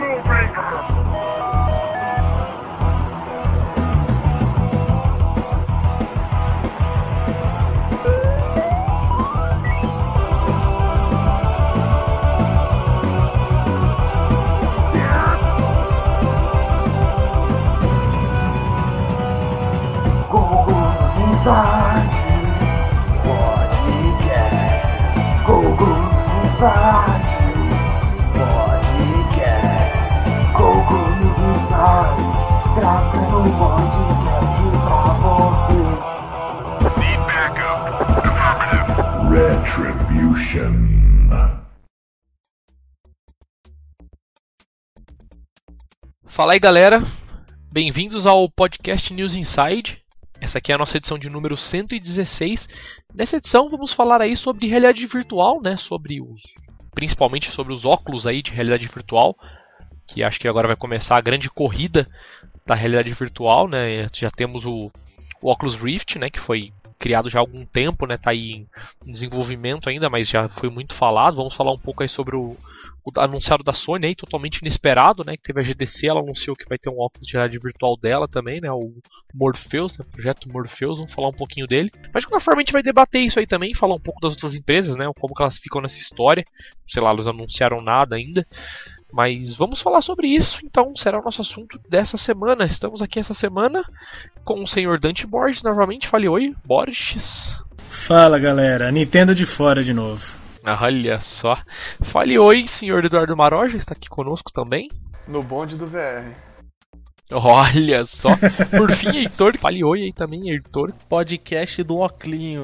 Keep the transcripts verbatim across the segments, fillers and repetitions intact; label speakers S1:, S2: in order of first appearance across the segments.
S1: Fala aí, galera, bem-vindos ao podcast News Inside. Essa aqui é a nossa edição de número cento e dezesseis. Nessa edição vamos falar aí sobre realidade virtual, né? Sobre os, principalmente sobre os óculos aí de realidade virtual, que acho que agora vai começar a grande corrida da realidade virtual, né? Já temos o, o Oculus Rift, né? Que foi criado já há algum tempo, né? Tá aí em desenvolvimento ainda, mas já foi muito falado. Vamos falar um pouco aí sobre o O anunciado da Sony aí, totalmente inesperado, né? Que teve a G D C, ela anunciou que vai ter um óculos de realidade virtual dela também, né? O Morpheus, né? O projeto Morpheus, vamos falar um pouquinho dele. Mas de qualquer forma a gente vai debater isso aí também, falar um pouco das outras empresas, né? Como que elas ficam nessa história. Sei lá, elas não anunciaram nada ainda. Mas vamos falar sobre isso, então será o nosso assunto dessa semana. Estamos aqui essa semana com o senhor Dante Borges, novamente. Fale oi, Borges.
S2: Fala, galera, Nintendo de fora de novo.
S1: Olha só. Fale oi, senhor Eduardo Maroja, está aqui conosco também.
S3: No bonde do V R.
S1: Olha só. Por fim, Heitor, fale oi aí também, Heitor.
S4: Podcast do Oclinho.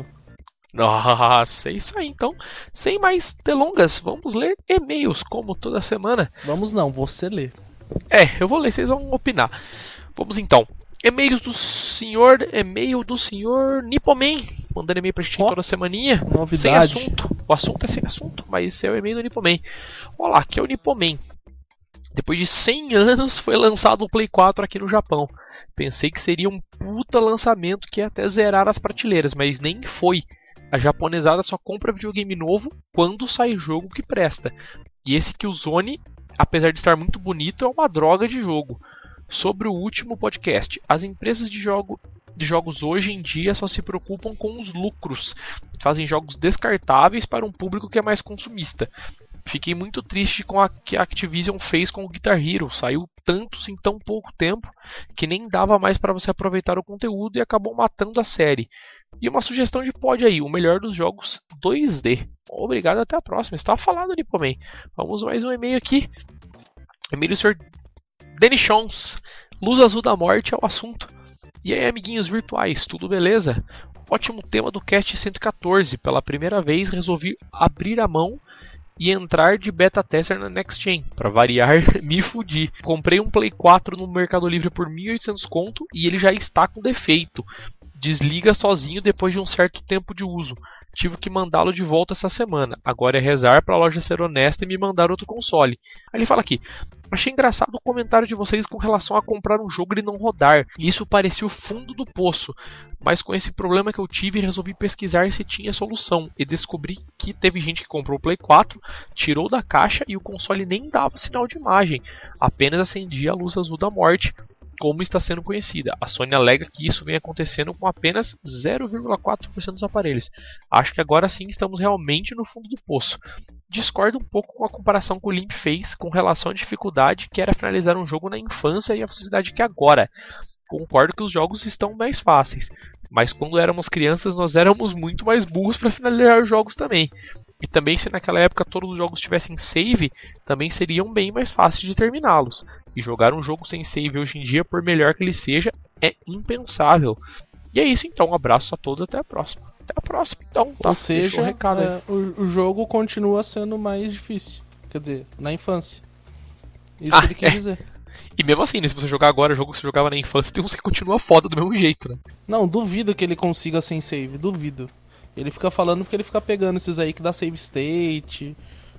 S1: Nossa, é isso aí, então. Sem mais delongas, vamos ler e-mails, como toda semana.
S4: Vamos não, você lê.
S1: É, eu vou ler, vocês vão opinar. Vamos então. E-mails do senhor, e-mail do senhor Nipoman, mandando e-mail pra gente oh, toda semaninha.
S4: Novidade.
S1: Sem assunto. O assunto é sem assunto, mas esse é o e-mail do Nipoman. Olá, aqui é o Nipoman. Depois de cem anos foi lançado o Play quatro aqui no Japão. Pensei que seria um puta lançamento que ia até zerar as prateleiras, mas nem foi. A japonesada só compra videogame novo quando sai jogo que presta. E esse Killzone, apesar de estar muito bonito, é uma droga de jogo. Sobre o último podcast, as empresas de, jogo, de jogos hoje em dia só se preocupam com os lucros. Fazem jogos descartáveis para um público que é mais consumista. Fiquei muito triste com a que a Activision fez com o Guitar Hero. Saiu tantos em tão pouco tempo que nem dava mais para você aproveitar o conteúdo e acabou matando a série. E uma sugestão de pod aí, o melhor dos jogos dois D. Obrigado, até a próxima. Estava falando, Nipoman. Vamos mais um e-mail aqui. E-mail do senhor Danny Shons. Luz Azul da Morte é o assunto. E aí, amiguinhos virtuais, tudo beleza? Ótimo tema do cast cento e quatorze. Pela primeira vez resolvi abrir a mão e entrar de beta tester na Next Gen. Pra variar, me fudi. Comprei um Play quatro no Mercado Livre por mil e oitocentos conto e ele já está com defeito. Desliga sozinho depois de um certo tempo de uso. Tive que mandá-lo de volta essa semana. Agora é rezar para a loja ser honesta e me mandar outro console. Aí ele fala aqui: achei engraçado o comentário de vocês com relação a comprar um jogo e não rodar. Isso parecia o fundo do poço. Mas com esse problema que eu tive, resolvi pesquisar se tinha solução. E descobri que teve gente que comprou o Play quatro, tirou da caixa e o console nem dava sinal de imagem. Apenas acendia a luz azul da morte, como está sendo conhecida. A Sony alega que isso vem acontecendo com apenas zero vírgula quatro por cento dos aparelhos. Acho que agora sim estamos realmente no fundo do poço. Discordo um pouco com a comparação que o Limp fez com relação à dificuldade que era finalizar um jogo na infância e a facilidade que agora. Concordo que os jogos estão mais fáceis, mas quando éramos crianças nós éramos muito mais burros para finalizar os jogos também. E também, se naquela época todos os jogos tivessem save, também seriam bem mais fáceis de terminá-los. E jogar um jogo sem save hoje em dia, por melhor que ele seja, é impensável. E é isso então, um abraço a todos, até a próxima. Até a próxima, então. Tá,
S4: ou seja,
S1: o, recado
S4: é, o, o jogo continua sendo mais difícil. Quer dizer, na infância. Isso
S1: ah,
S4: que ele quer
S1: é.
S4: dizer.
S1: E mesmo assim, né, se você jogar agora o jogo que você jogava na infância, tem uns que continua foda do mesmo jeito, né?
S4: Não, duvido que ele consiga sem save, duvido. Ele fica falando porque ele fica pegando esses aí que dá save state.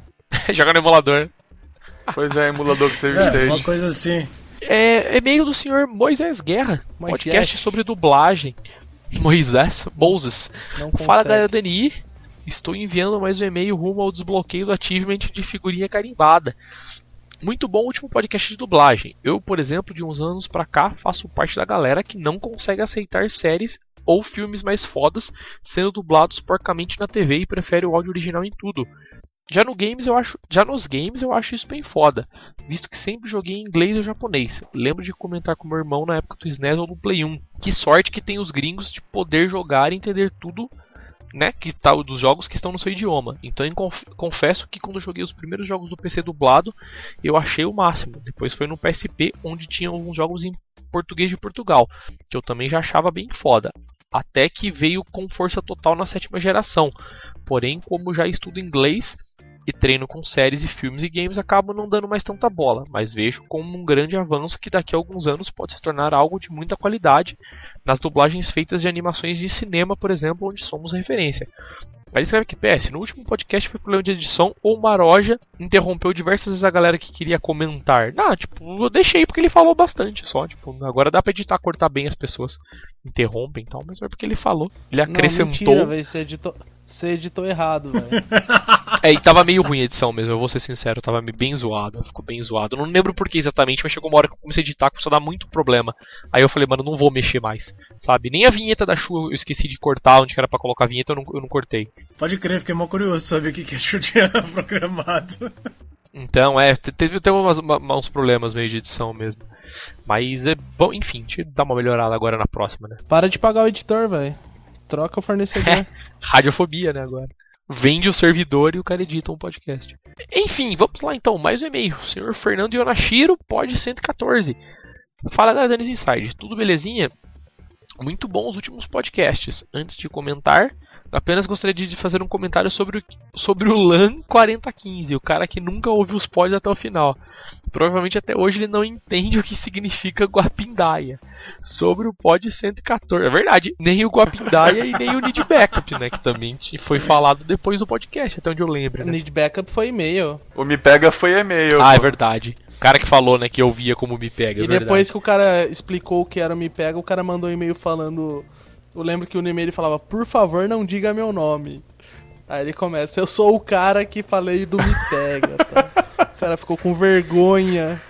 S1: Joga no emulador.
S3: Pois é, emulador com save
S2: é,
S3: state.
S2: Uma coisa assim.
S1: É e-mail do senhor Moisés Guerra.
S4: Moisés.
S1: Podcast sobre dublagem. Moisés Moses. Fala, galera do N I. Estou enviando mais um e-mail rumo ao desbloqueio do achievement de figurinha carimbada. Muito bom o último podcast de dublagem. Eu, por exemplo, de uns anos pra cá, faço parte da galera que não consegue aceitar séries ou filmes mais fodas sendo dublados porcamente na T V e prefere o áudio original em tudo. Já, no games, eu acho, já nos games eu acho isso bem foda, visto que sempre joguei em inglês ou japonês. Lembro de comentar com meu irmão na época do S N E S ou do Play um. Que sorte que tem os gringos de poder jogar e entender tudo, né, que tá, dos jogos que estão no seu idioma. Então eu conf- confesso que quando eu joguei os primeiros jogos do P C dublado, eu achei o máximo. Depois foi no P S P, onde tinha alguns jogos em português de Portugal, que eu também já achava bem foda. Até que veio com força total na sétima geração. Porém, como já estudo inglês e treino com séries e filmes e games, acabo não dando mais tanta bola, mas vejo como um grande avanço que daqui a alguns anos pode se tornar algo de muita qualidade nas dublagens feitas de animações de cinema, por exemplo, onde somos referência. Aí ele escreve que P S, no último podcast foi problema de edição ou Maroja interrompeu diversas vezes a galera que queria comentar. Não, tipo, eu deixei porque ele falou bastante só, tipo, agora dá pra editar, cortar bem as pessoas interrompem e tal, mas é porque ele falou, ele acrescentou.
S4: Não, mentira, véio, você editou, você editou errado, velho.
S1: É, e tava meio ruim a edição mesmo, eu vou ser sincero, tava bem zoado, ficou bem zoado. Eu não lembro por que exatamente, mas chegou uma hora que eu comecei a editar, começou a dar muito problema. Aí eu falei, mano, não vou mexer mais, sabe? Nem a vinheta da Chu eu esqueci de cortar, onde que era pra colocar a vinheta, eu não, eu não cortei.
S2: Pode crer, fiquei mó curioso saber o que que a Chu tinha programado.
S1: Então, é, teve, teve umas, uma, uns problemas meio de edição mesmo. Mas é bom, enfim, deixa eu dar uma melhorada agora na próxima, né?
S4: Para de pagar o editor, velho. Troca o fornecedor.
S1: É, radiofobia, né, agora. Vende o servidor e o cara edita um podcast. Enfim, vamos lá então, mais um e-mail. Senhor Fernando Yonashiro, pod cento e quatorze. Fala, galera da Danis Inside, tudo belezinha? Muito bom os últimos podcasts. Antes de comentar, apenas gostaria de fazer um comentário sobre o, sobre o LAN quarenta quinze, o cara que nunca ouve os pods até o final. Provavelmente até hoje ele não entende o que significa Guapindaia. Sobre o pod cento e quatorze, é verdade, nem o Guapindaia e nem o Need Backup, né, que também foi falado depois do podcast, até onde eu lembro. Né?
S4: O Need Backup foi e-mail.
S3: O Me Pega foi e-mail.
S1: Ah,
S3: pô.
S1: é verdade. O cara que falou, né, que eu via como Me Pega, é
S4: E
S1: verdade.
S4: depois que o cara explicou o que era o Me Pega, o cara mandou um e-mail falando... Eu lembro que no e-mail ele falava, por favor, não diga meu nome. Aí ele começa, eu sou o cara que falei do Me Pega. Tá? O cara ficou com vergonha.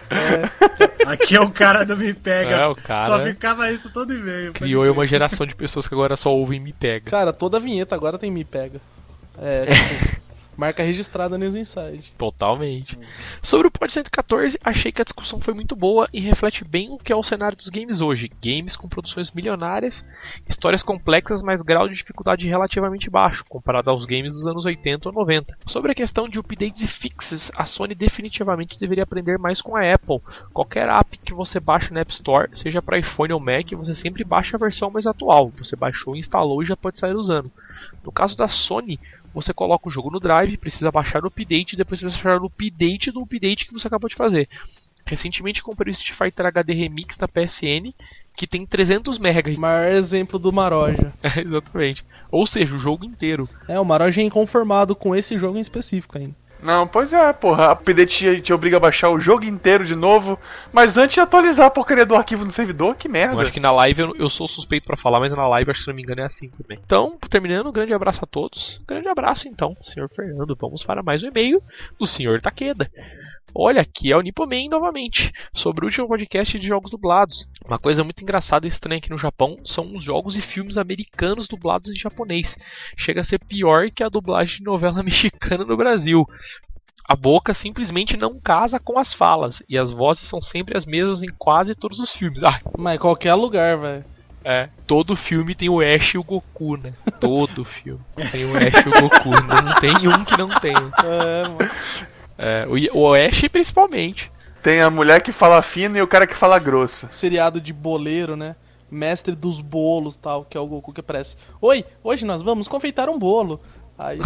S4: É.
S2: Aqui é o cara do Me Pega.
S1: É, o cara
S2: Só ficava isso todo e-mail.
S1: criou aí uma geração de pessoas que agora só ouvem Me Pega.
S4: Cara, toda vinheta agora tem Me Pega. É, tipo, marca registrada News Inside.
S1: Totalmente. Sobre o pod cento e quatorze, achei que a discussão foi muito boa e reflete bem o que é o cenário dos games hoje. Games com produções milionárias, histórias complexas, mas grau de dificuldade relativamente baixo, comparado aos games dos anos oitenta ou noventa. Sobre a questão de updates e fixes, a Sony definitivamente deveria aprender mais com a Apple. Qualquer app que você baixa na App Store, seja para iPhone ou Mac, você sempre baixa a versão mais atual. Você baixou, instalou e já pode sair usando. No caso da Sony, você coloca o jogo no Drive, precisa baixar o update e depois você baixar o update do update que você acabou de fazer. Recentemente comprei o Street Fighter H D Remix na P S N, que tem trezentos megas.
S4: Maior exemplo do Maroja.
S1: Exatamente. Ou seja, o jogo inteiro.
S4: É, o Maroja é inconformado com esse jogo em específico ainda.
S3: Não, pois é, porra. A update te, te obriga a baixar o jogo inteiro de novo, mas antes de atualizar a porcaria do arquivo no servidor, que merda.
S1: Eu acho que na live eu, eu sou suspeito pra falar, mas na live, acho que se não me engano, é assim também. Então, terminando, um grande abraço a todos. Grande abraço então, senhor Fernando. Vamos para mais um e-mail do senhor Takeda. Olha, aqui é o Nipoman novamente, sobre o último podcast de jogos dublados. Uma coisa muito engraçada e estranha aqui no Japão são os jogos e filmes americanos dublados em japonês. Chega a ser pior que a dublagem de novela mexicana no Brasil. A boca simplesmente não casa com as falas, e as vozes são sempre as mesmas em quase todos os filmes. Ah,
S4: Mas em qualquer lugar, velho.
S1: é, todo filme tem o Ash e o Goku, né? Todo filme tem o Ash e o Goku, não tem um que não tem.
S4: É, mano.
S1: É, o, o Ash principalmente.
S3: Tem a mulher que fala fino e o cara que fala grosso.
S4: Seriado de boleiro, né? Mestre dos bolos, tal, que é o Goku que aparece. Oi, hoje nós vamos confeitar um bolo. Aí...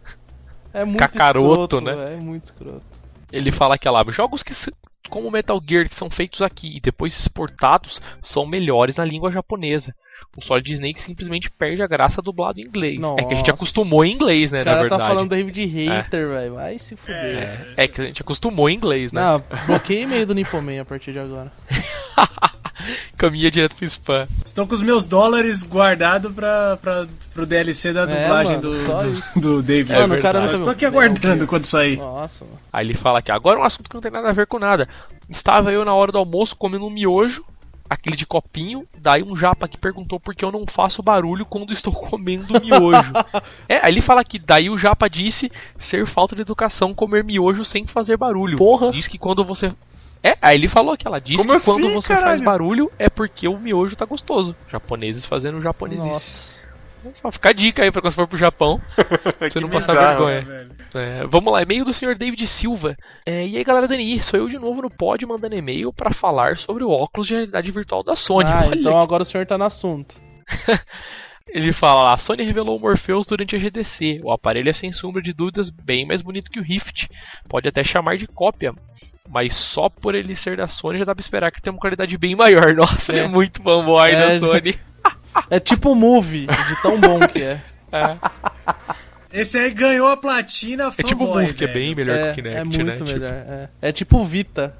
S4: É muito
S1: Cacaroto,
S4: escroto,
S1: né?
S4: Véio, é muito escroto.
S1: Ele fala que lá, jogos que como Metal Gear que são feitos aqui e depois exportados são melhores na língua japonesa. O Solid Snake simplesmente perde a graça dublado em inglês.
S4: Nossa.
S1: É que a gente acostumou em inglês, né,
S4: O cara
S1: na verdade.
S4: tá falando daí de hater, velho. Vai se fuder.
S1: É, é que a gente acostumou em inglês, né?
S4: Não, bloqueei e-mail do Nipoman a partir de agora.
S1: Caminha direto pro spam.
S2: Estou com os meus dólares guardados pra, pra, pro D L C da dublagem
S4: mano,
S2: do,
S4: só
S2: do,
S4: isso.
S2: do David.
S1: É, mano, o cara
S2: Só
S4: nunca
S2: estou
S4: viu.
S2: aqui aguardando quando sair.
S4: Nossa, mano.
S1: Aí ele fala aqui, agora um assunto que não tem nada a ver com nada. Estava eu na hora do almoço comendo um miojo, aquele de copinho, daí um japa que perguntou por que eu não faço barulho quando estou comendo miojo. É, aí ele fala que daí o japa disse ser falta de educação comer miojo sem fazer barulho.
S4: Porra.
S1: Diz que quando você... É, aí ele falou que ela disse
S3: Como
S1: que
S3: assim,
S1: quando você
S3: caralho?
S1: faz barulho é porque o miojo tá gostoso. Japoneses fazendo japonesice.
S4: Nossa.
S1: Só fica a dica aí pra quando você for pro Japão, você
S3: Que
S1: não passar
S3: bizarro.
S1: vergonha.
S2: velho.
S1: É, vamos lá, e-mail do senhor David Silva. É, e aí galera do N I, sou eu de novo no pod mandando e-mail pra falar sobre o óculos de realidade virtual da Sony.
S4: Ah,
S1: Olha,
S4: então agora o senhor tá no assunto.
S1: ele fala lá, a Sony revelou o Morpheus durante a G D C. O aparelho é sem sombra de dúvidas bem mais bonito que o Rift. Pode até chamar de cópia, mas só por ele ser da Sony já dá pra esperar que tenha uma qualidade bem maior. Nossa,
S4: É.
S1: ele é muito fanboy
S4: É,
S1: da Sony.
S4: É tipo Movie, de tão bom que é.
S1: É,
S2: Esse aí ganhou a platina
S1: é tipo o
S2: fanboy,
S1: Move, que é
S2: velho.
S1: bem melhor que
S4: É,
S1: o Kinect,
S4: é muito
S1: né? Tipo,
S4: melhor. É. É tipo Vita.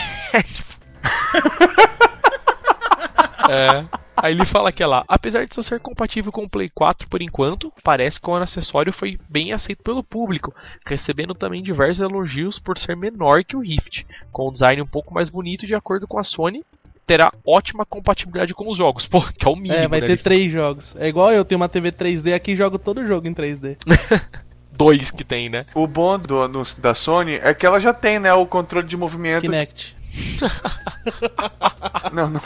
S1: É. Aí ele fala que lá, apesar de só ser compatível com o Play quatro por enquanto, parece que o acessório foi bem aceito pelo público, recebendo também diversos elogios por ser menor que o Rift, com um design um pouco mais bonito e de acordo com a Sony, terá ótima compatibilidade com os jogos. Pô, que é o mínimo,
S4: É, vai
S1: né?
S4: ter
S1: Eles-
S4: três jogos. É igual eu tenho uma T V três D aqui e jogo todo jogo em três D.
S1: Dois que tem, né?
S3: O bom do, no- da Sony é que ela já tem, né, o controle de movimento.
S4: Kinect.
S3: Não, não.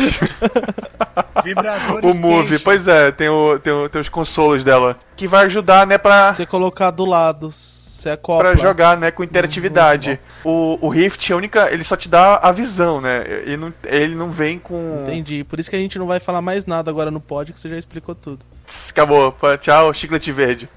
S2: Vibradores
S3: O Move,
S2: quentes.
S3: pois é, tem, o, tem, o- tem os consoles dela. Que vai ajudar, né, pra,
S4: Você colocar do lado, você acopla.
S3: pra jogar, né, com interatividade. O, o Rift, a única. Ele só te dá a visão, né? Ele não, ele não vem com.
S4: Entendi. Por isso que a gente não vai falar mais nada agora no pod, que você já explicou tudo.
S3: Tss, acabou. Pá, tchau, chiclete verde.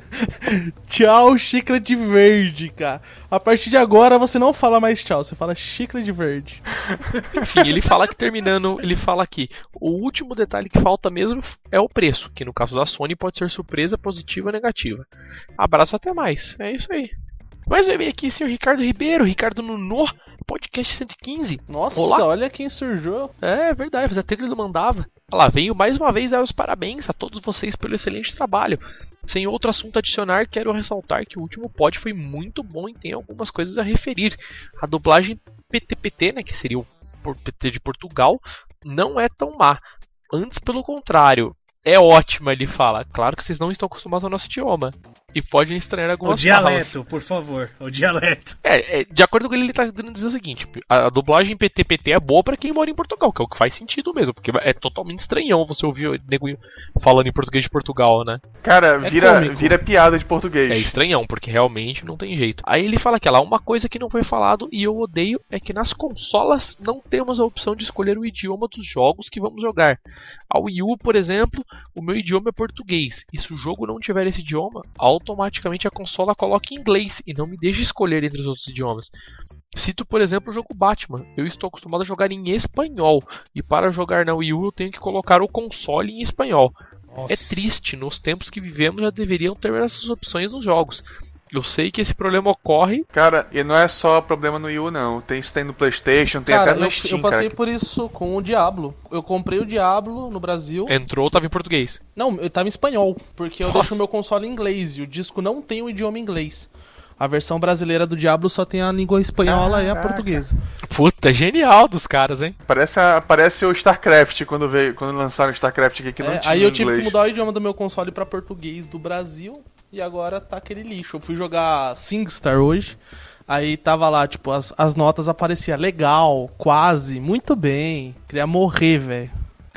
S4: Tchau, chiclete verde, cara. A partir de agora você não fala mais tchau, você fala chiclete verde.
S1: Enfim, ele fala que terminando, ele fala aqui, o último detalhe que falta mesmo é o preço, que no caso da Sony pode ser surpresa positiva ou negativa. Abraço, até mais. É isso aí. Mais um e-mail aqui, senhor Ricardo Ribeiro, Ricardo Nuno, podcast cento e quinze.
S4: Nossa,
S1: Olá.
S4: olha quem surgiu.
S1: É verdade, fazia tempo que ele não mandava. Olha lá, venho mais uma vez dar os parabéns a todos vocês pelo excelente trabalho. Sem outro assunto a adicionar, quero ressaltar que o último pod foi muito bom e tem algumas coisas a referir. A dublagem P T P T, né, que seria o P T de Portugal, não é tão má. Antes, pelo contrário, é ótima, ele fala. Claro que vocês não estão acostumados ao nosso idioma. E podem estranhar
S2: O
S1: algumas
S2: dialeto,
S1: falas.
S2: por favor. O dialeto.
S1: É, é, de acordo com ele, ele tá querendo dizer o seguinte: a, a dublagem P T P T é boa pra quem mora em Portugal, que é o que faz sentido mesmo, porque é totalmente estranhão você ouvir o nego falando em português de Portugal, né?
S3: Cara, vira,
S4: cômico.
S3: vira piada de português.
S1: É estranhão, porque realmente não tem jeito. Aí ele fala que lá, uma coisa que não foi falado e eu odeio é que nas consolas não temos a opção de escolher o idioma dos jogos que vamos jogar. A Wii U, por exemplo, o meu idioma é português, e se o jogo não tiver esse idioma, automaticamente a consola coloca em inglês e não me deixa escolher entre os outros idiomas. Cito, por exemplo, o jogo Batman. Eu estou acostumado a jogar em espanhol, e para jogar na Wii U eu tenho que colocar o console em espanhol.
S2: Nossa.
S1: É triste, nos tempos que vivemos já deveriam ter essas opções nos jogos. Eu sei que esse problema ocorre.
S3: Cara, e não é só problema no Wii U, não. Tem isso tem no PlayStation, tem
S4: Cara,
S3: até no
S4: eu,
S3: Steam,
S4: eu passei
S3: cara.
S4: por isso com o Diablo. Eu comprei o Diablo no Brasil.
S1: Entrou, tava em português.
S4: Não, eu tava em espanhol, porque eu
S1: Nossa.
S4: deixo o meu console em inglês e o disco não tem o idioma inglês. A versão brasileira do Diablo só tem a língua espanhola e a
S3: Caraca.
S4: portuguesa.
S1: Puta, genial dos caras, hein?
S3: Parece, a- parece o StarCraft quando, veio, quando lançaram o StarCraft aqui que não
S4: É,
S3: tinha
S4: aí eu
S3: em
S4: tive que
S3: inglês.
S4: mudar o idioma do meu console pra português do Brasil e agora tá aquele lixo. Eu fui jogar SingStar hoje, aí tava lá, tipo, as, as notas apareciam legal, quase, muito bem. Queria morrer, velho.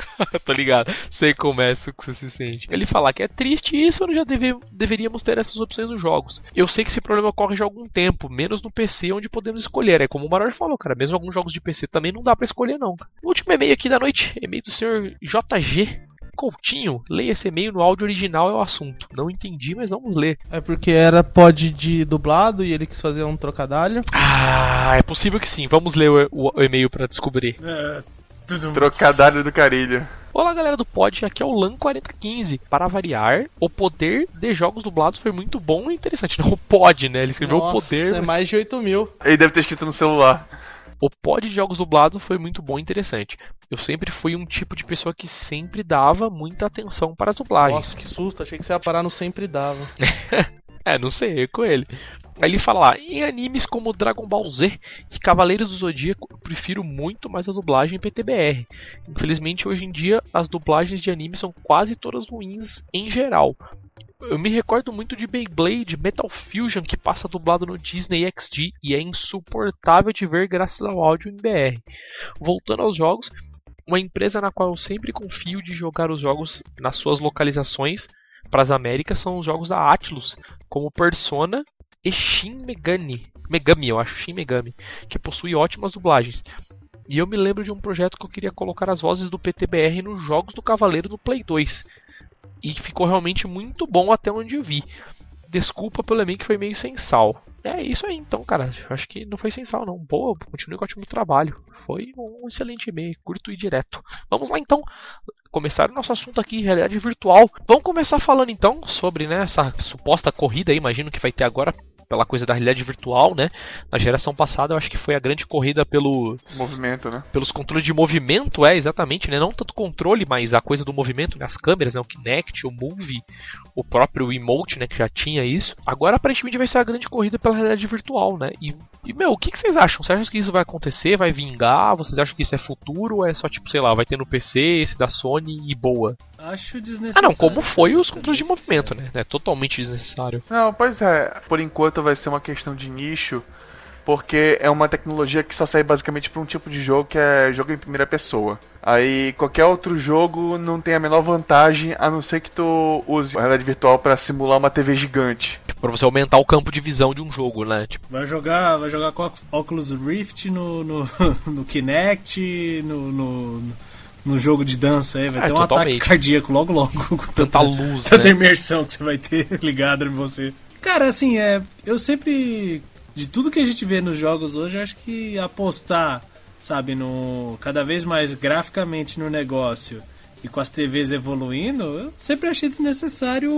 S1: Tô ligado, sei como é isso que você se sente. Ele fala que é triste e isso já deve, deveríamos ter essas opções nos jogos. Eu sei que esse problema ocorre já há algum tempo, menos no P C onde podemos escolher. É como o Maror falou, cara, mesmo alguns jogos de P C também não dá pra escolher não. Cara. O último e-mail aqui da noite, e-mail do senhor J G Coutinho. Leia esse e-mail no áudio original, é o assunto. Não entendi, mas vamos ler.
S4: É porque era pod de dublado e ele quis fazer um trocadilho.
S1: Ah, é possível que sim. Vamos ler o, o, o e-mail pra descobrir.
S2: É, tudo
S3: Trocadilho do carilho.
S1: Olá galera do pod, aqui é o Lan quarenta quinze. Para variar, o poder de jogos dublados foi muito bom e interessante. Não o pod, né? Ele escreveu
S4: Nossa,
S1: o poder.
S4: é
S1: mas-
S4: mais de oito mil.
S3: Ele deve ter escrito no celular.
S1: O pod de jogos dublados foi muito bom e interessante. Eu sempre fui um tipo de pessoa que sempre dava muita atenção para as dublagens.
S4: Nossa, que susto, achei que você ia parar no sempre dava.
S1: É, não sei, é com ele. Aí ele fala lá, em animes como Dragon Ball Z e Cavaleiros do Zodíaco, eu prefiro muito mais a dublagem em P T B R. Infelizmente, hoje em dia, as dublagens de anime são quase todas ruins em geral. Eu me recordo muito de Beyblade, Metal Fusion, que passa dublado no Disney X D e é insuportável de ver graças ao áudio em B R. Voltando aos jogos, uma empresa na qual eu sempre confio de jogar os jogos nas suas localizações para as Américas são os jogos da Atlus, como Persona e Shin Megami, Megami, eu acho, Shin Megami, que possui ótimas dublagens. E eu me lembro de um projeto que eu queria colocar as vozes do P T B R nos jogos do Cavaleiro no Play dois. E ficou realmente muito bom até onde eu vi. Desculpa pelo e-mail que foi meio sem sal. É isso aí então, cara. Acho que não foi sem sal, não. Boa, continue com o ótimo trabalho. Foi um excelente e-mail, curto e direto. Vamos lá então. Começar o nosso assunto aqui, realidade virtual. Vamos começar falando então sobre, né, essa suposta corrida aí, imagino que vai ter agora pela coisa da realidade virtual, né? Na geração passada eu acho que foi a grande corrida pelo
S3: movimento, né?
S1: Pelos controles de movimento, é, exatamente, né? Não tanto controle, mas a coisa do movimento, né? As câmeras, né? O Kinect, o Move, o próprio Emote, né? Que já tinha isso. Agora aparentemente vai ser a grande corrida pela realidade virtual, né? E, e meu, o que, que vocês acham? Vocês acham que isso vai acontecer? Vai vingar? Vocês acham que isso é futuro? Ou é só tipo, sei lá, vai ter no P C, esse da Sony e boa?
S2: Acho desnecessário.
S1: Ah não, como foi os controles de movimento, né? É totalmente desnecessário.
S3: Não, pois é, por enquanto vai ser uma questão de nicho, porque é uma tecnologia que só sai basicamente para um tipo de jogo que é jogo em primeira pessoa. Aí qualquer outro jogo não tem a menor vantagem, a não ser que tu use a realidade virtual para simular uma T V gigante.
S1: Pra você aumentar o campo de visão de um jogo, né? Tipo...
S2: Vai jogar, vai jogar com Oculus Rift no, no, no Kinect, no... no... no jogo de dança aí, vai
S1: é,
S2: ter um
S1: totalmente.
S2: ataque cardíaco logo logo com tanta,
S1: tanta luz,
S2: tanta
S1: né?
S2: imersão que você vai ter ligada em você. Cara, assim, é, eu sempre, de tudo que a gente vê nos jogos hoje, eu acho que apostar, sabe, no cada vez mais graficamente no negócio e com as T Vs evoluindo, eu sempre achei desnecessário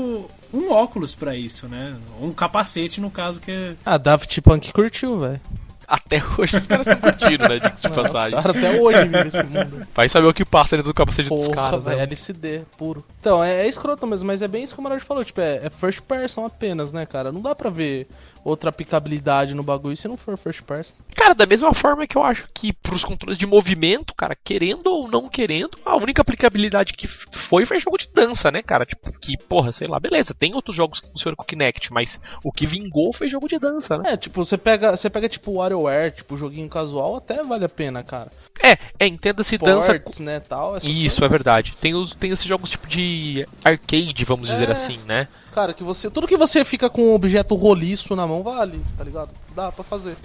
S2: um óculos pra isso, né? Um capacete, no caso, que é...
S4: Ah, Daft Punk curtiu, velho.
S1: Até hoje os caras estão curtindo, né? Diga-se de passagem.
S4: Cara, até hoje vive esse mundo.
S1: Vai saber o que passa dentro do capacete
S4: Porra,
S1: dos caras,
S4: véio,
S1: né?
S4: L C D, puro. Então, é, é escroto mesmo, mas é bem isso que o Marotti falou. Tipo, é, é first person apenas, né, cara? Não dá pra ver outra aplicabilidade no bagulho se não for first person.
S1: Cara, da mesma forma que eu acho que pros controles de movimento, cara, querendo ou não querendo, a única aplicabilidade que foi foi jogo de dança, né, cara? Tipo, que, porra, sei lá, beleza, tem outros jogos que funcionam com o Kinect, mas o que vingou foi jogo de dança, né?
S4: É, tipo, você pega, você pega tipo WarioWare, tipo, joguinho casual, até vale a pena, cara.
S1: É, é, entenda-se dança...
S4: Ports, né, tal, essas
S1: Isso,
S4: coisas.
S1: é verdade. Tem, os, tem esses jogos tipo de arcade, vamos dizer
S4: É.
S1: assim, né?
S4: Cara, que você, tudo que você fica com um objeto roliço na mão vale, tá ligado? Dá pra fazer.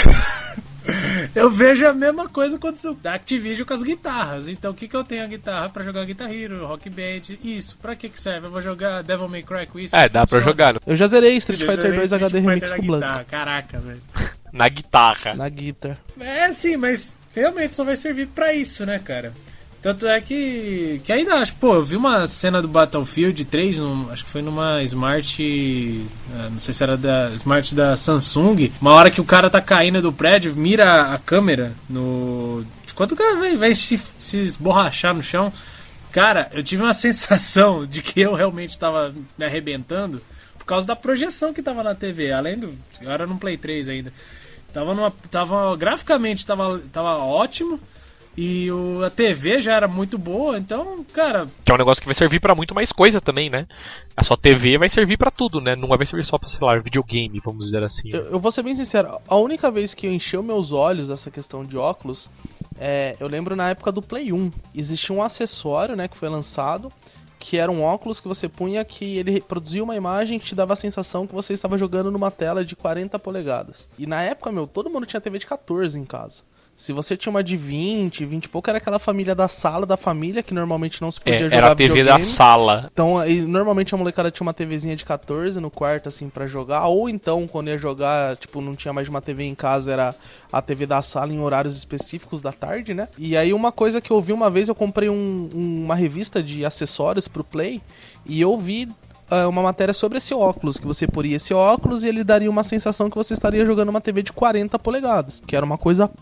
S2: Eu vejo a mesma coisa quando da Activision com as guitarras. Então, o que que eu tenho a guitarra pra jogar Guitar Hero, Rock Band? Isso, pra que que serve? Eu vou jogar Devil May Cry com isso?
S1: É, dá pra jogar.
S4: Eu já zerei Street
S2: Eu já
S4: Fighter
S2: zerei
S4: dois H D
S2: Street
S4: Remix
S2: Fighter
S4: com
S2: na
S4: Blanca.
S2: guitarra. Caraca, velho.
S1: Na guitarra.
S4: Na guitar.
S2: É, sim, mas realmente só vai servir pra isso, né, cara? Tanto é que, que ainda acho, pô, eu vi uma cena do Battlefield três, num, acho que foi numa Smart, uh, não sei se era da Smart da Samsung, uma hora que o cara tá caindo do prédio, mira a câmera no... Quando o cara vai, vai se, se esborrachar no chão, cara, eu tive uma sensação de que eu realmente tava me arrebentando por causa da projeção que tava na T V, além do... Eu era no Play três ainda. Tava, numa, tava graficamente tava, tava ótimo. E o, a T V já era muito boa, então, cara...
S1: Que é um negócio que vai servir pra muito mais coisa também, né? A sua T V vai servir pra tudo, né? Não vai servir só pra, sei lá, videogame, vamos dizer assim.
S4: Eu, eu vou ser bem sincero, a única vez que encheu meus olhos essa questão de óculos, é, eu lembro na época do Play um. Existia um acessório, né, que foi lançado, que era um óculos que você punha que ele produzia uma imagem que te dava a sensação que você estava jogando numa tela de quarenta polegadas. E na época, meu, todo mundo tinha T V de quatorze em casa. Se você tinha uma de vinte, vinte e pouco, era aquela família da sala da família, que normalmente não se podia
S1: É,
S4: jogar
S1: era a T V
S4: videogame.
S1: da sala.
S4: Então, aí, normalmente a molecada tinha uma TVzinha de quatorze no quarto, assim, pra jogar. Ou então, quando ia jogar, tipo, não tinha mais de uma T V em casa, era a T V da sala em horários específicos da tarde, né? E aí, uma coisa que eu vi uma vez, eu comprei um, um, uma revista de acessórios pro Play, e eu vi uh, uma matéria sobre esse óculos, que você poria esse óculos e ele daria uma sensação que você estaria jogando uma T V de quarenta polegadas, que era uma coisa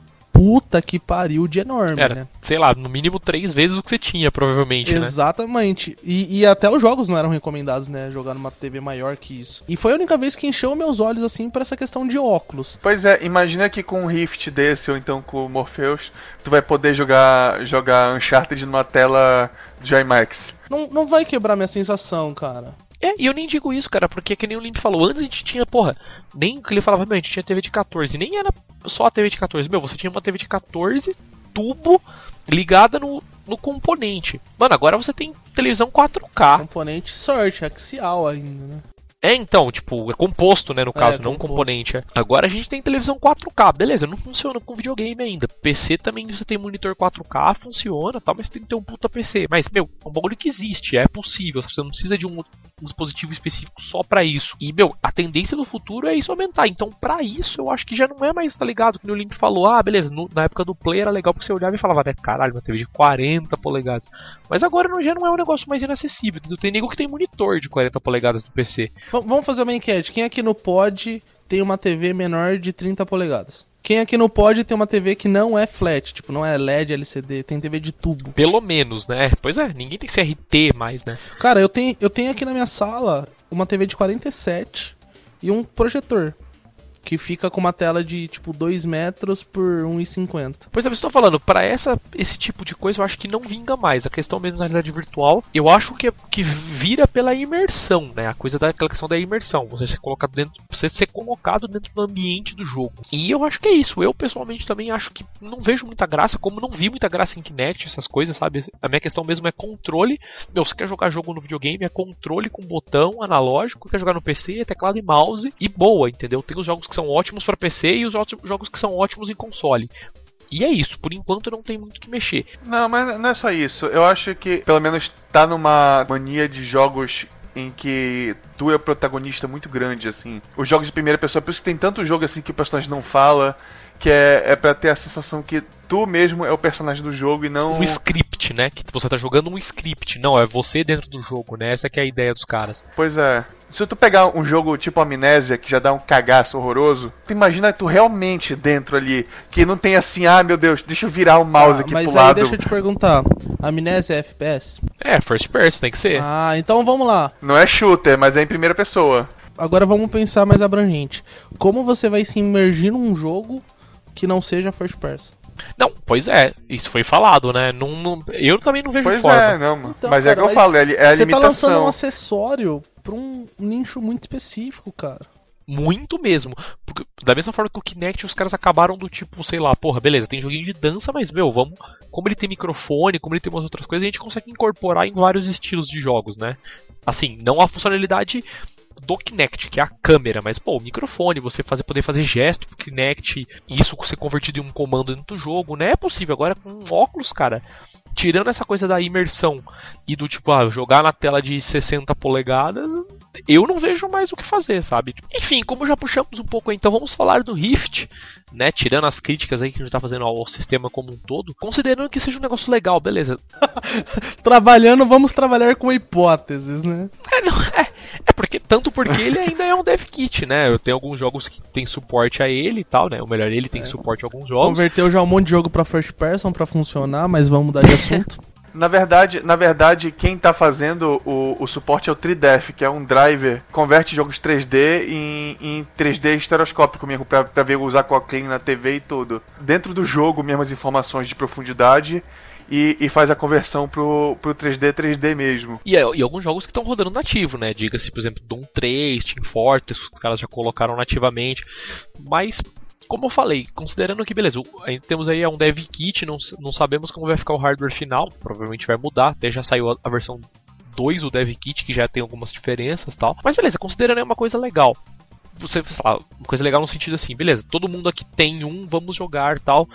S4: puta que pariu de enorme,
S1: Era,
S4: né?
S1: sei lá, no mínimo três vezes o que você tinha, provavelmente, né?
S4: Exatamente. E, e até os jogos não eram recomendados, né? Jogar numa T V maior que isso. E foi a única vez que encheu meus olhos, assim, pra essa questão de óculos.
S3: Pois é, imagina que com um Rift desse, ou então com o Morpheus, tu vai poder jogar, jogar Uncharted numa tela de IMAX.
S4: Não, não vai quebrar minha sensação, cara.
S1: É, e eu nem digo isso, cara, porque que nem o Limp falou, antes a gente tinha, porra, nem que ele falava, meu, a gente tinha T V de quatorze, nem era só a T V de quatorze, meu, você tinha uma T V de quatorze, tubo, ligada no, no componente. Mano, agora você tem televisão quatro K.
S4: Componente sorte, axial ainda, né?
S1: É, então, tipo, é composto, né, no caso,
S4: É,
S1: não um
S4: composto.
S1: componente. É. Agora a gente tem televisão quatro K, beleza, não funciona com videogame ainda. P C também, você tem monitor quatro K, funciona, tá, mas tem que ter um puta P C. Mas, meu, é um bagulho que existe, é possível, você não precisa de um, um dispositivo específico só pra isso. E, meu, a tendência do futuro é isso aumentar. Então, pra isso, eu acho que já não é mais, tá ligado? Que o Limp falou, ah, beleza, no, na época do Play era legal porque você olhava e falava, né, caralho, uma T V de quarenta polegadas. Mas agora não, já não é um negócio mais inacessível. Tem nego que tem monitor de quarenta polegadas no P C.
S4: V- vamos fazer uma enquete. Quem aqui no pod tem uma T V menor de trinta polegadas? Quem aqui no pod tem uma T V que não é flat, tipo, não é L E D, L C D, tem T V de tubo?
S1: Pelo menos, né? Pois é, ninguém tem C R T mais, né?
S4: Cara, eu tenho, eu tenho aqui na minha sala uma T V de quarenta e sete e um projetor. Que fica com uma tela de, tipo, dois metros por um e cinquenta.
S1: Pois é, eu estou falando, pra essa, esse tipo de coisa eu acho que não vinga mais. A questão mesmo da realidade virtual, eu acho que, que vira pela imersão, né? A coisa daquela questão da imersão. Você ser colocado dentro, você ser colocado dentro do ambiente do jogo. E eu acho que é isso. Eu, pessoalmente, também acho que não vejo muita graça, como não vi muita graça em Kinect, essas coisas, sabe? A minha questão mesmo é controle. Meu, você quer jogar jogo no videogame, é controle com botão analógico. Quer jogar no P C, é teclado e mouse. E boa, entendeu? Tem os jogos que são ótimos para P C e os outros jogos que são ótimos em console. E é isso, por enquanto não tem muito o que mexer.
S3: Não, mas não é só isso. Eu acho que, pelo menos, tá numa mania de jogos em que tu é o protagonista muito grande, assim. Os jogos de primeira pessoa, por isso que tem tanto jogo assim que o personagem não fala, que é, é pra ter a sensação que tu mesmo é o personagem do jogo e não...
S1: Um script, né? Que você tá jogando um script. Não, é você dentro do jogo, né? Essa que é a ideia dos caras.
S3: Pois é. Se tu pegar um jogo tipo Amnésia, que já dá um cagaço horroroso, tu imagina tu realmente dentro ali, que não tem assim, ah, meu Deus, deixa eu virar o mouse
S4: Ah,
S3: aqui
S4: mas
S3: pro
S4: aí
S3: lado.
S4: deixa eu te perguntar, Amnésia é F P S?
S1: É, first person, tem que ser.
S4: Ah, então vamos lá.
S3: Não é shooter, mas é em primeira pessoa.
S4: Agora vamos pensar mais abrangente. Como você vai se imergir num jogo que não seja first person?
S1: Não, pois é, isso foi falado, né? Não, não- eu também não vejo
S3: Pois
S1: forma.
S3: é, não, mano.
S4: Então,
S3: mas é
S4: cara,
S3: que eu
S4: mas
S3: falo, é, a- é a
S4: Você tá lançando um
S3: limitação.
S4: acessório pra um nicho muito específico, cara.
S1: Muito mesmo. Porque, da mesma forma que o Kinect, os caras acabaram do tipo, sei lá, porra, beleza, tem joguinho de dança, mas, meu, vamos. Como ele tem microfone, como ele tem umas outras coisas, a gente consegue incorporar em vários estilos de jogos, né? Assim, não a funcionalidade do Kinect, que é a câmera, mas, pô, o microfone, você fazer, poder fazer gesto pro Kinect, isso ser convertido em um comando dentro do jogo, né? É possível. Agora, com óculos, cara, tirando essa coisa da imersão e do tipo, ah, jogar na tela de sessenta polegadas, eu não vejo mais o que fazer, sabe? Enfim, como já puxamos um pouco aí, então vamos falar do Rift, né? Tirando as críticas aí que a gente tá fazendo ao sistema como um todo, considerando que seja um negócio legal, beleza.
S4: Trabalhando, vamos trabalhar com hipóteses, né?
S1: É, não, é, é porque, tanto porque ele ainda é um dev kit, né? Eu tenho alguns jogos que tem suporte a ele e tal, né? Ou melhor, ele tem suporte a alguns jogos.
S4: Converteu já um monte de jogo pra first person pra funcionar, mas vamos mudar de assunto.
S3: Na verdade, na verdade, quem tá fazendo o, o suporte é o três D E F, que é um driver que converte jogos três D em, em três D estereoscópico mesmo, pra, pra ver usar com a clean na T V e tudo. Dentro do jogo, mesmo as informações de profundidade e, e faz a conversão pro, pro três D, três D mesmo.
S1: E, é, e alguns jogos que estão rodando nativo, né? Diga-se, por exemplo, Doom três, Team Fortress, os caras já colocaram nativamente. Mas, como eu falei, considerando que, beleza, o- aí temos aí um dev kit, não, s- não sabemos como vai ficar o hardware final, provavelmente vai mudar, até já saiu a, a versão dois do dev kit, que já tem algumas diferenças e tal. Mas beleza, considerando é uma coisa legal. Você, sei lá, uma coisa legal no sentido assim, beleza, todo mundo aqui tem um, vamos jogar tal.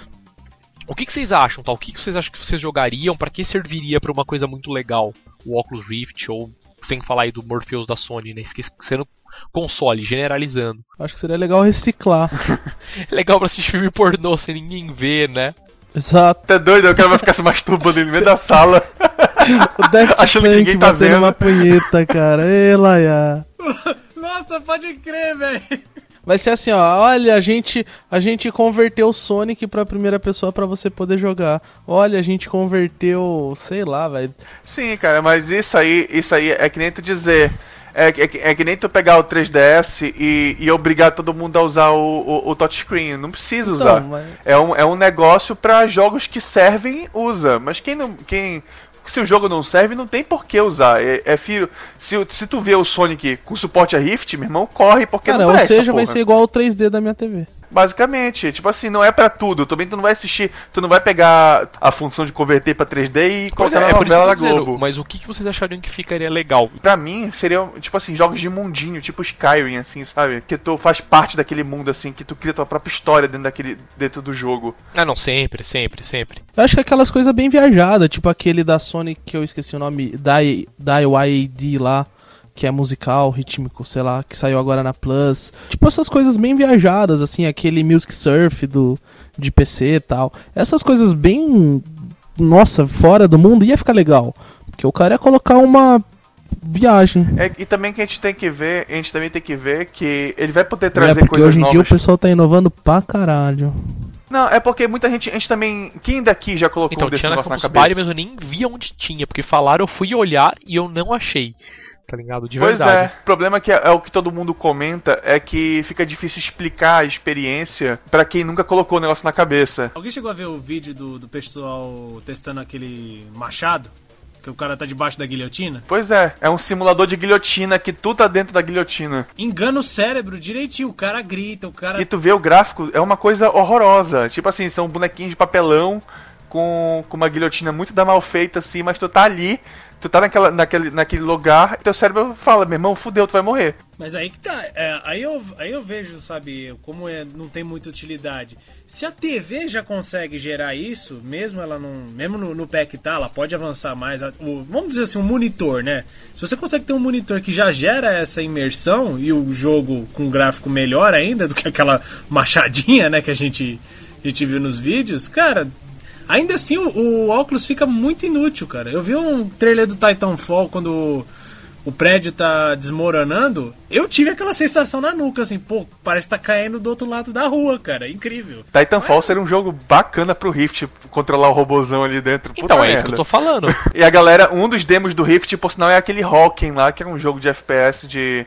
S1: O que, que vocês acham, tal? O que, que vocês acham que vocês jogariam? Pra que serviria pra uma coisa muito legal? O Oculus Rift, ou sem falar aí do Morpheus da Sony, né? Esquecendo console, generalizando.
S4: Acho que seria legal reciclar.
S1: É legal pra assistir filme pornô sem ninguém ver, né?
S4: Exato.
S3: Tá doido? O cara vai ficar se masturbando no meio da sala.
S4: O Daft
S3: Achando que
S4: Punk
S3: ninguém tá
S4: batendo
S3: vendo.
S4: uma punheta, cara. Ê, Laia.
S2: Nossa, pode crer, velho.
S4: Vai ser assim, ó, olha, a gente, a gente converteu o Sonic pra primeira pessoa pra você poder jogar. Olha, a gente converteu, sei lá, velho.
S3: Sim, cara, mas isso aí, isso aí é que nem tu dizer... É, é, é que nem tu pegar o três D S e, e obrigar todo mundo a usar o, o, o touchscreen. Não precisa usar.
S4: Então, mas...
S3: é, um, é um negócio pra jogos que servem, usa. Mas quem não... Quem, se o jogo não serve, não tem por que usar. É, é filho, se, se tu vê o Sonic com suporte a Rift, meu irmão, corre porque
S4: Cara,
S3: não presta,
S4: ou seja,
S3: porra.
S4: vai ser igual o três D da minha T V.
S3: Basicamente, tipo assim, não é pra tudo. Também tu não vai assistir, tu não vai pegar a função de converter pra três D e
S1: Pois
S3: colocar
S1: é, é
S3: na
S1: por isso que
S3: novela
S1: eu
S3: da
S1: tô dizendo,
S3: Globo.
S1: mas o que, que vocês achariam que ficaria legal?
S3: Pra mim, seriam, tipo assim, jogos de mundinho, tipo Skyrim, assim, sabe? Que tu faz parte daquele mundo, assim, que tu cria tua própria história dentro, daquele, dentro do jogo.
S1: Ah, não, sempre, sempre, sempre.
S4: Eu acho que aquelas coisas bem viajadas, tipo aquele da Sonic que eu esqueci o nome, da Y A D lá, que é musical, rítmico, sei lá, que saiu agora na Plus. Tipo essas coisas bem viajadas, assim, aquele Music Surf do, de P C e tal. Essas coisas bem, nossa, fora do mundo ia ficar legal. Porque o cara ia colocar uma viagem.
S3: É, e também que a gente tem que ver, a gente também tem que ver que ele vai poder
S4: É,
S3: trazer
S4: porque
S3: coisas
S4: hoje em
S3: novas.
S4: dia o pessoal tá inovando pra caralho.
S3: Não, é porque muita gente, a gente também, quem daqui já colocou
S1: Então,
S3: desse
S1: tinha na
S3: negócio na
S1: Campus Party,
S3: cabeça?
S1: mas eu nem vi onde tinha, porque falaram, eu fui olhar e eu não achei. Tá ligado? De
S3: Pois
S1: verdade.
S3: é, o problema é que é, é o que todo mundo comenta, é que fica difícil explicar a experiência pra quem nunca colocou o negócio na cabeça.
S2: Alguém chegou a ver o vídeo do, do pessoal testando aquele machado? Que o cara tá debaixo da guilhotina?
S3: Pois é, é um simulador de guilhotina que tu tá dentro da guilhotina.
S2: Engana o cérebro direitinho, o cara grita, o cara...
S3: E tu vê o gráfico, é uma coisa horrorosa. Tipo assim, são bonequinhos de papelão com, com uma guilhotina muito da mal feita assim, mas tu tá ali, tu tá naquela, naquele, naquele lugar, e teu cérebro fala, meu irmão, fudeu, tu vai morrer.
S2: Mas aí que tá, é, aí, eu, aí eu vejo, sabe, como é, não tem muita utilidade. Se a T V já consegue gerar isso, mesmo ela não, mesmo no, no pé que tá, ela pode avançar mais. A, o, vamos dizer assim, um monitor, né? Se você consegue ter um monitor que já gera essa imersão e o jogo com um gráfico melhor ainda do que aquela machadinha, né, que a gente, a gente viu nos vídeos, cara... Ainda assim, o, o óculos fica muito inútil, cara. Eu vi um trailer do Titanfall quando o, o prédio tá desmoronando. Eu tive aquela sensação na nuca, assim, pô, parece que tá caindo do outro lado da rua, cara. Incrível.
S3: Titanfall seria um jogo bacana pro Rift controlar o robozão ali dentro. Puta
S1: Então, é
S3: merda.
S1: isso que eu tô falando.
S3: E a galera, um dos demos do Rift, por sinal, é aquele Hawking lá, que é um jogo de F P S de...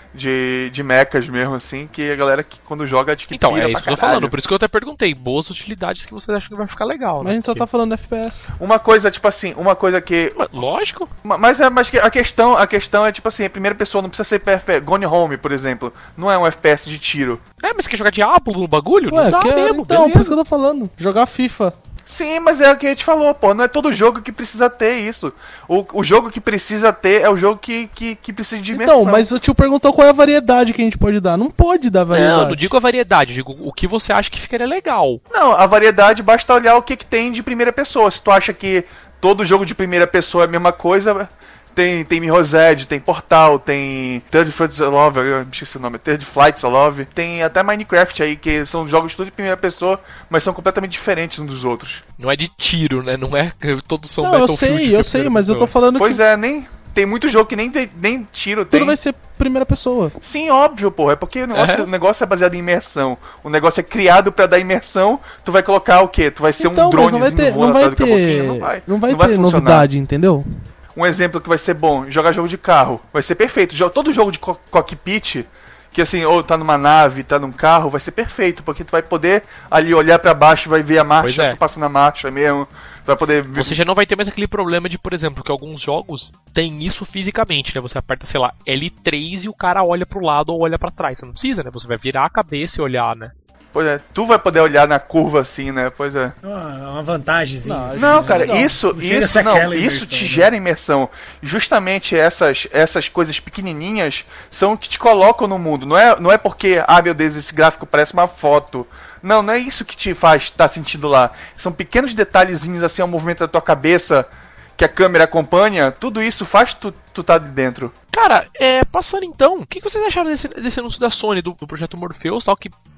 S3: De, de mechas mesmo, assim, que a galera que quando joga acho que
S1: Então,
S3: pira
S1: é isso
S3: pra
S1: que eu tô
S3: caralho.
S1: falando. Por isso que eu até perguntei. Boas utilidades que vocês acham que vai ficar legal,
S4: Mas
S1: né?
S4: a gente só
S1: Porque-
S4: tá falando F P S.
S3: Uma coisa, tipo assim, uma coisa que...
S1: Mas, lógico.
S3: Mas, é, mas que a questão, a questão é, tipo assim, a primeira pessoa não precisa ser F P S. Gone Home, por exemplo, não é um F P S de tiro.
S1: É, mas quer jogar Diablo no bagulho?
S4: Ué,
S1: não dá
S4: que é,
S1: mesmo,
S4: então, por
S1: beleza.
S4: isso que eu tô falando. Jogar FIFA.
S3: Sim, mas é o que a gente falou, pô. Não é todo jogo que precisa ter isso. O, o jogo que precisa ter é o jogo que, que, que precisa de imersão.
S4: Então, mas o tio perguntou qual é a variedade que a gente pode dar. Não pode dar variedade.
S1: Não, não digo a variedade, digo o que você acha que ficaria legal.
S3: Não, a variedade basta olhar o que, que tem de primeira pessoa. Se tu acha que todo jogo de primeira pessoa é a mesma coisa... Tem, tem Mirror's Edge, tem Portal, tem Third Flights Love, eu me esqueci o nome, Third Flights Love. Tem até Minecraft aí, que são jogos tudo de primeira pessoa, mas são completamente diferentes uns dos outros.
S1: Não é de tiro, né? Não é todos são
S4: Não, eu
S1: Battlefield
S4: sei,
S1: de
S4: eu sei,
S1: primeira
S4: mas eu tô
S1: pessoa.
S4: falando
S3: Pois
S4: que
S3: é, nem... Tem muito jogo que nem, tem, nem tiro tem.
S4: tudo vai ser primeira pessoa.
S3: Sim, óbvio, porra. É porque o negócio,
S1: É.
S3: o negócio é baseado em imersão. O negócio é criado pra dar imersão. Tu vai colocar o quê? Tu vai ser
S4: Então,
S3: um
S4: mas não vai
S3: dronezinho
S4: ter,
S3: voando
S4: não vai
S3: atrás do caboquinho?
S4: ter,
S3: Não vai.
S4: não vai
S3: Não vai
S4: ter
S3: funcionar.
S4: novidade, entendeu?
S3: Um exemplo que vai ser bom, jogar jogo de carro. Vai ser perfeito. Jo- Todo jogo de co- cockpit, que assim, ou tá numa nave, tá num carro, vai ser perfeito, porque tu vai poder ali olhar pra baixo, vai ver a marcha,
S1: Pois é.
S3: tu passa na marcha mesmo. Tu vai poder ver.
S1: Você já não vai ter mais aquele problema de, por exemplo, que alguns jogos têm isso fisicamente, né? Você aperta, sei lá, L três e o cara olha pro lado ou olha pra trás. Você não precisa, né? Você vai virar a cabeça e olhar, né?
S3: Pois é, tu vai poder olhar na curva assim, né? Pois é.
S2: É uma, uma vantagemzinha.
S4: Não,
S2: assim,
S3: Não,
S2: né?
S3: cara,
S4: não.
S3: isso,
S2: Não chega a
S3: isso,
S2: ser
S3: não,
S2: aquela
S3: isso
S2: imersão,
S3: te
S2: né?
S3: gera imersão. Justamente essas, essas coisas pequenininhas são o que te colocam no mundo. Não é, não é porque, ah, meu Deus, esse gráfico parece uma foto. Não, não é isso que te faz estar sentindo lá. São pequenos detalhezinhos, assim, ao movimento da tua cabeça, que a câmera acompanha. Tudo isso faz tu, tu tá de dentro.
S1: Cara, é, passando então, o que que vocês acharam desse, desse anúncio da Sony, do, do projeto Morpheus, tal, que